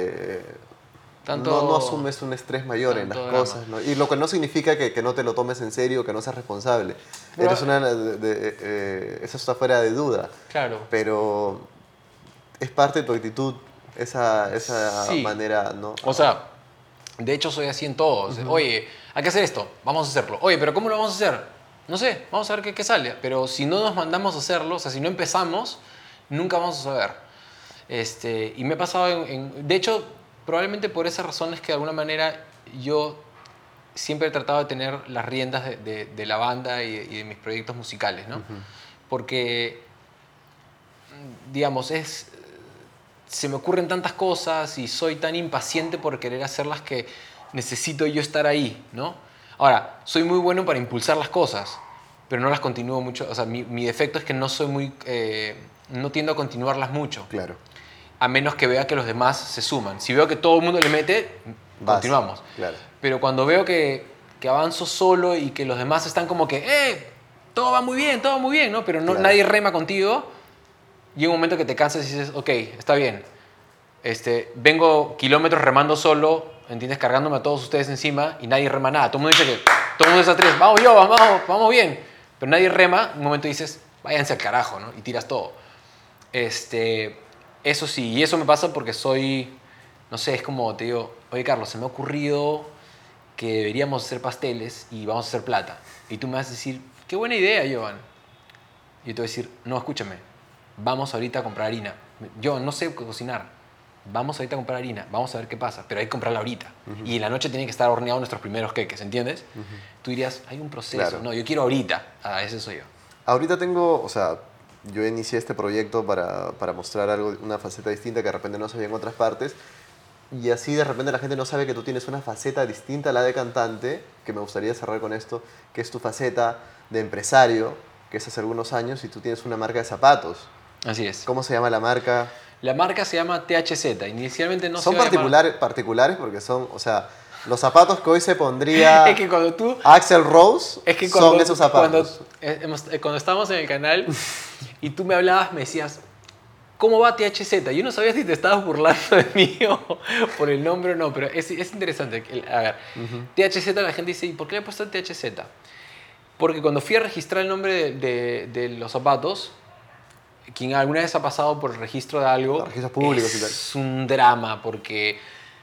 no tanto, asumes un estrés mayor en las tanto drama. cosas, ¿no? Y lo que no significa que no te lo tomes en serio, que no seas responsable. Pero, Eso está fuera de duda. claro, Pero es parte de tu actitud esa sí. manera, ¿no? O sea, de hecho soy así en todo. O sea, oye, hay que hacer esto, vamos a hacerlo. Oye, pero ¿cómo lo vamos a hacer? No sé, vamos a ver qué sale. Pero si no nos mandamos a hacerlo, o sea, si no empezamos, nunca vamos a saber. Y me he pasado de hecho, probablemente por esas razones que de alguna manera yo siempre he tratado de tener las riendas de la banda y de mis proyectos musicales, ¿no? Porque, digamos, se me ocurren tantas cosas y soy tan impaciente por querer hacerlas que necesito yo estar ahí, ¿no? Ahora, soy muy bueno para impulsar las cosas, pero no las continúo mucho. O sea, mi defecto es que no soy muy... no tiendo a continuarlas mucho, Claro, a menos que vea que los demás se suman. Si veo que todo el mundo le mete, vas, continuamos. claro. Pero cuando veo que avanzo solo y que los demás están como que, todo va muy bien, ¿no? Pero no, Claro. nadie rema contigo, llega un momento que te cansas y dices, ok, está bien. Vengo kilómetros remando solo, ¿entiendes? Cargándome a todos ustedes encima y nadie rema nada. Todo el mundo dice que, todo el mundo está tres, vamos yo, vamos bien. Pero nadie rema, en un momento dices, váyanse al carajo, ¿no? Y tiras todo. Eso sí, y eso me pasa porque no sé, es como te digo, oye Carlos, se me ha ocurrido que deberíamos hacer pasteles y vamos a hacer plata. Y tú me vas a decir, qué buena idea, Jovan. Y yo te voy a decir, no, escúchame, vamos ahorita a comprar harina. Yo no sé cocinar, vamos ahorita a comprar harina, vamos a ver qué pasa, pero hay que comprarla ahorita. Y en la noche tienen que estar horneados nuestros primeros queques, ¿entiendes? Tú dirías, hay un proceso. Claro. No, yo quiero ahorita. Ah, ese soy yo. Ahorita tengo, o sea, yo inicié este proyecto para mostrar algo, una faceta distinta que de repente no se veía en otras partes. Y así de repente la gente no sabe que tú tienes una faceta distinta a la de cantante, que me gustaría cerrar con esto, que es tu faceta de empresario, que es hace algunos años, y tú tienes una marca de zapatos. Así es. ¿Cómo se llama la marca? La marca se llama THZ. Inicialmente no Son se iba a llamar... particulares porque son, o sea, los zapatos que hoy se pondría Es que cuando tú... Axl Rose Es que son esos zapatos. Cuando estábamos en el canal y tú me hablabas, me decías, ¿cómo va THZ? Yo no sabía si te estabas burlando de mí o por el nombre o no, pero es interesante. A ver, THZ, la gente dice, ¿y por qué le he puesto THZ? Porque cuando fui a registrar el nombre de los zapatos, quien alguna vez ha pasado por el registro de algo, Los registros públicos y tal. es un drama, porque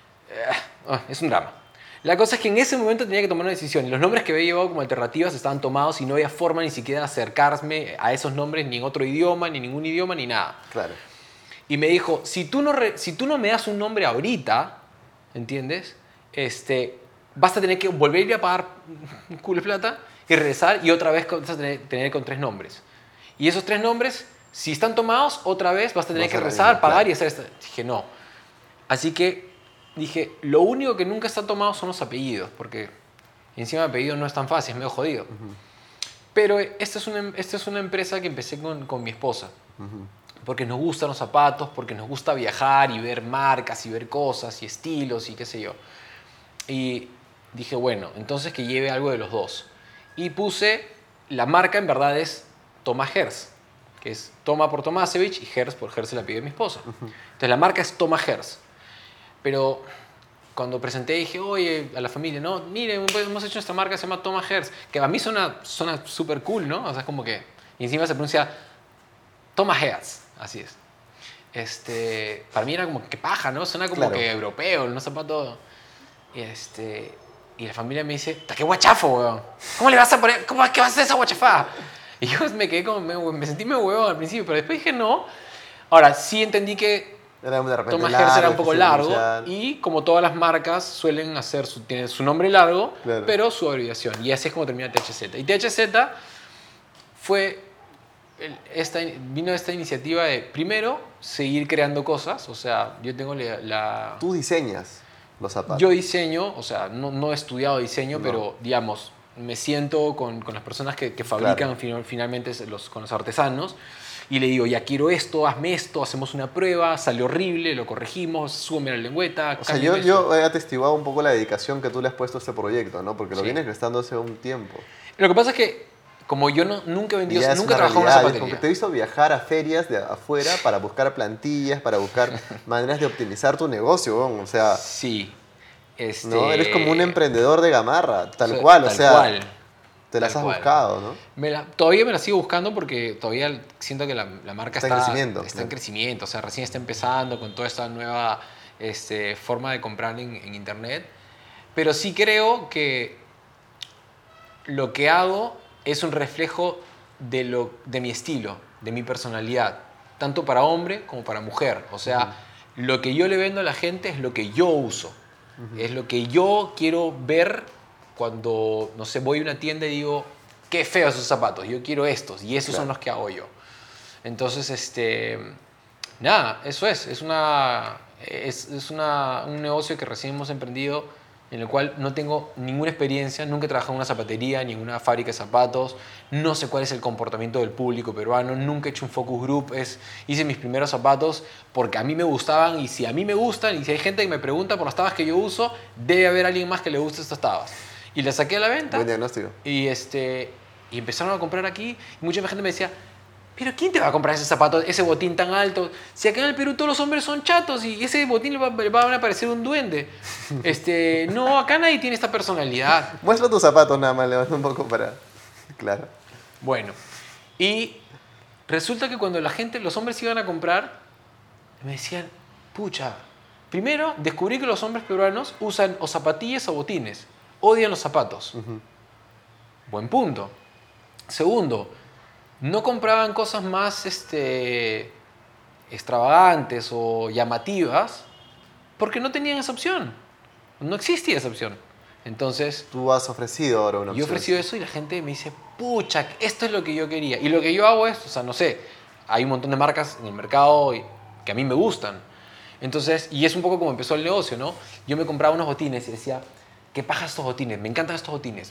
es un drama. La cosa es que en ese momento tenía que tomar una decisión y los nombres que había llevado como alternativas estaban tomados y no había forma ni siquiera de acercarme a esos nombres ni en otro idioma, ni ningún idioma, ni nada. Claro. Y me dijo, si tú no me das un nombre ahorita, ¿entiendes? Vas a tener que volver a ir a pagar un culo de plata y regresar y otra vez vas a tener con 3 nombres. Y esos 3 nombres, si están tomados, otra vez vas a tener que regresar, pagar y hacer esto. Dije, no. Así que dije, lo único que nunca está tomado son los apellidos, porque encima el apellido no es tan fácil, es medio jodido. Pero esta es una empresa que empecé con mi esposa. Porque nos gustan los zapatos, porque nos gusta viajar y ver marcas y ver cosas y estilos y qué sé yo. Y dije, bueno, entonces que lleve algo de los dos. Y puse, la marca en verdad es Toma Herz, que es Toma por Tomasevich y Herz por Herz, se la pidió mi esposa. Entonces la marca es Toma Herz. Pero cuando presenté dije, oye, a la familia, no, miren, hemos hecho esta marca, se llama Toma Herz, que a mí suena súper cool, ¿no? O sea, es como que, y encima se pronuncia Toma Herz, así es. Para mí era como que paja, ¿no? Suena como que europeo, no zapato. Y la familia me dice, qué guachafo, weón. ¿Cómo le vas a poner? ¿Qué vas a hacer esa guachafada? Y yo me quedé como, me sentí medio huevón al principio, pero después dije no. Ahora, sí entendí que Toma Herz era un poco largo y como todas las marcas suelen hacer, tienen su nombre largo, pero su abreviación. Y así es como termina THZ. Y THZ vino esta iniciativa de, primero, seguir creando cosas. O sea, yo tengo Tú diseñas los zapatos. Yo diseño, o sea, no he estudiado diseño, pero, digamos, me siento con las personas que fabrican finalmente con los artesanos y le digo, ya quiero esto, hazme esto, hacemos una prueba, sale horrible, lo corregimos, súbeme la lengüeta. O sea, yo he atestiguado un poco la dedicación que tú le has puesto a este proyecto, ¿no? Porque lo vienes gestando hace un tiempo. Lo que pasa es que, como yo nunca he vendido, nunca he trabajado en una zapatería. Porque te hizo viajar a ferias de afuera para buscar plantillas, para buscar maneras de optimizar tu negocio, ¿no? O sea... Sí. ¿no? Eres como un emprendedor de gamarra, tal cual, o sea... Te las has buscado, ¿no? Todavía me las sigo buscando porque todavía siento que la marca está en crecimiento. O sea, recién está empezando con toda esta nueva forma de comprar en internet. Pero sí creo que lo que hago es un reflejo de mi estilo, de mi personalidad, tanto para hombre como para mujer. O sea, lo que yo le vendo a la gente es lo que yo uso. Es lo que yo quiero ver cuando, no sé, voy a una tienda y digo, qué feos esos zapatos, yo quiero estos, y esos son los que hago yo. Entonces, nada, eso es un negocio que recién hemos emprendido, en el cual no tengo ninguna experiencia, nunca he trabajado en una zapatería, ni en una fábrica de zapatos, no sé cuál es el comportamiento del público peruano, nunca he hecho un focus group, hice mis primeros zapatos porque a mí me gustaban, y si a mí me gustan, y si hay gente que me pregunta por las tabas que yo uso, debe haber alguien más que le guste estas tabas. Y las saqué a la venta. Buen diagnóstico. Y empezaron a comprar aquí, y mucha gente me decía, ¿pero quién te va a comprar ese zapato, ese botín tan alto? Si acá en el Perú todos los hombres son chatos y ese botín le va a parecer un duende. No, acá nadie tiene esta personalidad. Muestra tus zapatos nada más, levanta un poco para... Claro. Bueno, y resulta que cuando los hombres iban a comprar, me decían, pucha, primero descubrí que los hombres peruanos usan o zapatillas o botines. Odian los zapatos. Buen punto. Segundo, no compraban cosas más extravagantes o llamativas porque no tenían esa opción. No existía esa opción. Entonces... Tú has ofrecido ahora una opción. Yo he ofrecido eso y la gente me dice, pucha, esto es lo que yo quería. Y lo que yo hago es, o sea, no sé, hay un montón de marcas en el mercado que a mí me gustan. Entonces, y es un poco como empezó el negocio, ¿no? Yo me compraba unos botines y decía, ¿qué paja estos botines? Me encantan estos botines.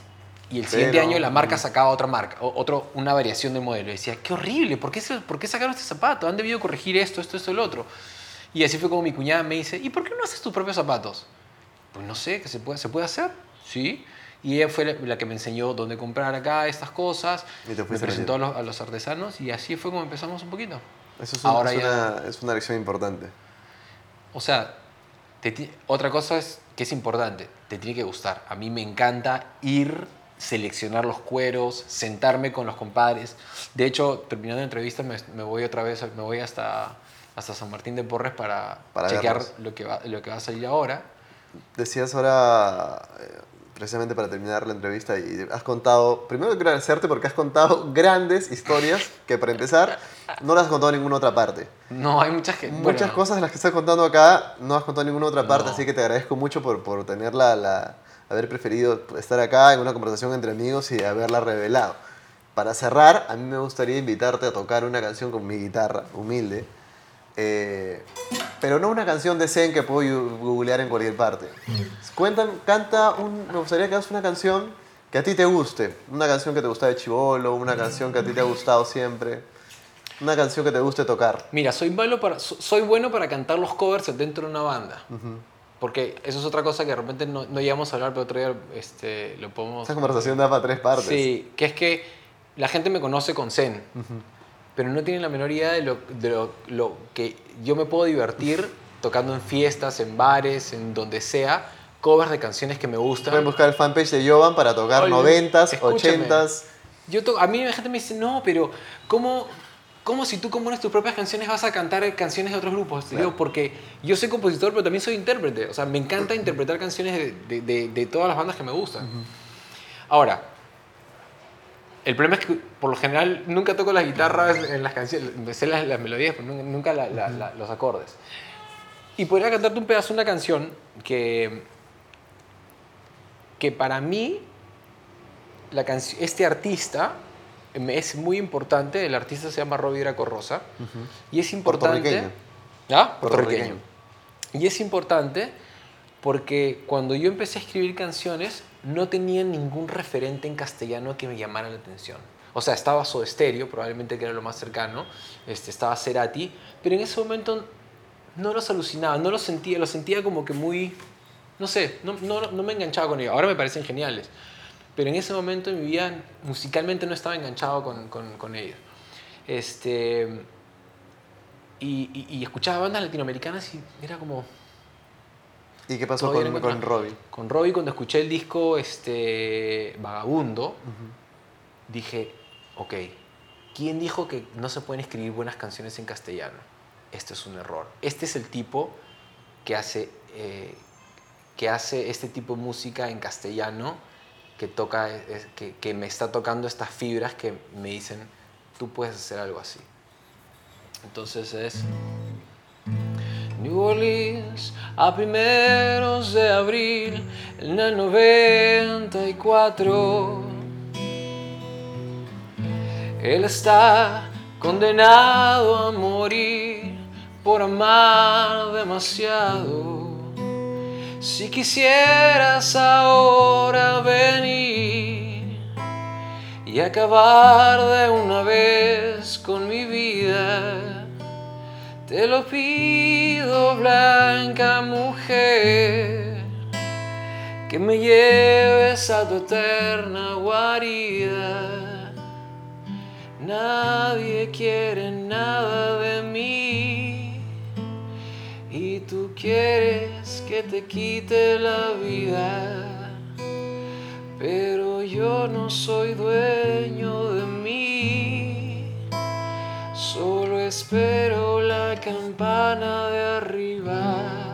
Y el siguiente Pero, año la marca sacaba otra marca, una variación del modelo. Y decía, qué horrible, ¿por qué sacaron este zapato? Han debido corregir esto, el otro. Y así fue como mi cuñada me dice, ¿y por qué no haces tus propios zapatos? Pues no sé, que se puede hacer, ¿sí? Y ella fue la que me enseñó dónde comprar acá estas cosas, Y te me fuiste presentó metiendo. a los artesanos y así fue como empezamos un poquito. Eso Ahora ya, es una lección importante. o sea, otra cosa es que es importante, te tiene que gustar. A mí me encanta ir, seleccionar los cueros, sentarme con los compadres. De hecho, terminando la entrevista me voy otra vez, me voy hasta San Martín de Porres para chequear verlos. lo que va a salir ahora. Decías ahora, precisamente para terminar la entrevista, y has contado, primero quiero agradecerte porque has contado grandes historias que para empezar no las has contado en ninguna otra parte. No, hay muchas que... Muchas Bueno, cosas de las que estás contando acá no has contado en ninguna otra parte, así no. que te agradezco mucho por tener haber preferido estar acá en una conversación entre amigos y haberla revelado. Para cerrar, a mí me gustaría invitarte a tocar una canción con mi guitarra, humilde, eh, pero no una canción de Zen que puedo googlear en cualquier parte. Me gustaría que hagas una canción que a ti te guste, una canción que te gusta de chibolo, una canción que a ti te ha gustado siempre, una canción que te guste tocar. Mira, soy bueno para cantar los covers dentro de una banda. Porque eso es otra cosa que de repente no llegamos a hablar, pero otro día lo podemos... Esta conversación da para tres partes. Sí, que es que la gente me conoce con Zen, pero no tienen la menor idea de lo que yo me puedo divertir tocando en fiestas, en bares, en donde sea, covers de canciones que me gustan. Pueden buscar el fanpage de Jovan para tocar Oye, 90s, escúchame. 80s. A mí la gente me dice, no, pero ¿cómo si tú compones tus propias canciones vas a cantar canciones de otros grupos? Claro. Digo, porque yo soy compositor, pero también soy intérprete. O sea, me encanta interpretar canciones de todas las bandas que me gustan. Ahora, el problema es que por lo general nunca toco las guitarras en las canciones, me sé las melodías, pero nunca los acordes. Y podría cantarte un pedazo de una canción que para mí este artista es muy importante. El artista se llama Robbie Draco Rosa y es importante. Puertorriqueño. ¿Ah? Puertorriqueño. Y es importante porque cuando yo empecé a escribir canciones no tenía ningún referente en castellano que me llamara la atención. O sea, estaba Soda Stereo, probablemente que era lo más cercano, estaba Cerati, pero en ese momento no los alucinaba, no los sentía, los sentía como que muy, no sé, no me enganchaba con ellos. Ahora me parecen geniales, pero en ese momento de mi vida musicalmente no estaba enganchado con ellos. Y escuchaba bandas latinoamericanas y era como... ¿Y qué pasó todavía no con encontraba. Robbie? Con Robbie, cuando escuché el disco Vagabundo, dije, ok, ¿quién dijo que no se pueden escribir buenas canciones en castellano? Esto es un error. Este es el tipo que hace este tipo de música en castellano, que me está tocando estas fibras que me dicen, tú puedes hacer algo así. Entonces es... New Orleans, a primeros de abril, en el 94. Él está condenado a morir por amar demasiado. Si quisieras ahora venir y acabar de una vez con mi vida, te lo pido, blanca mujer, que me lleves a tu eterna guarida. Nadie quiere nada de mí y tú quieres que te quite la vida, pero yo no soy dueño de mí. Solo espero la campana de arriba.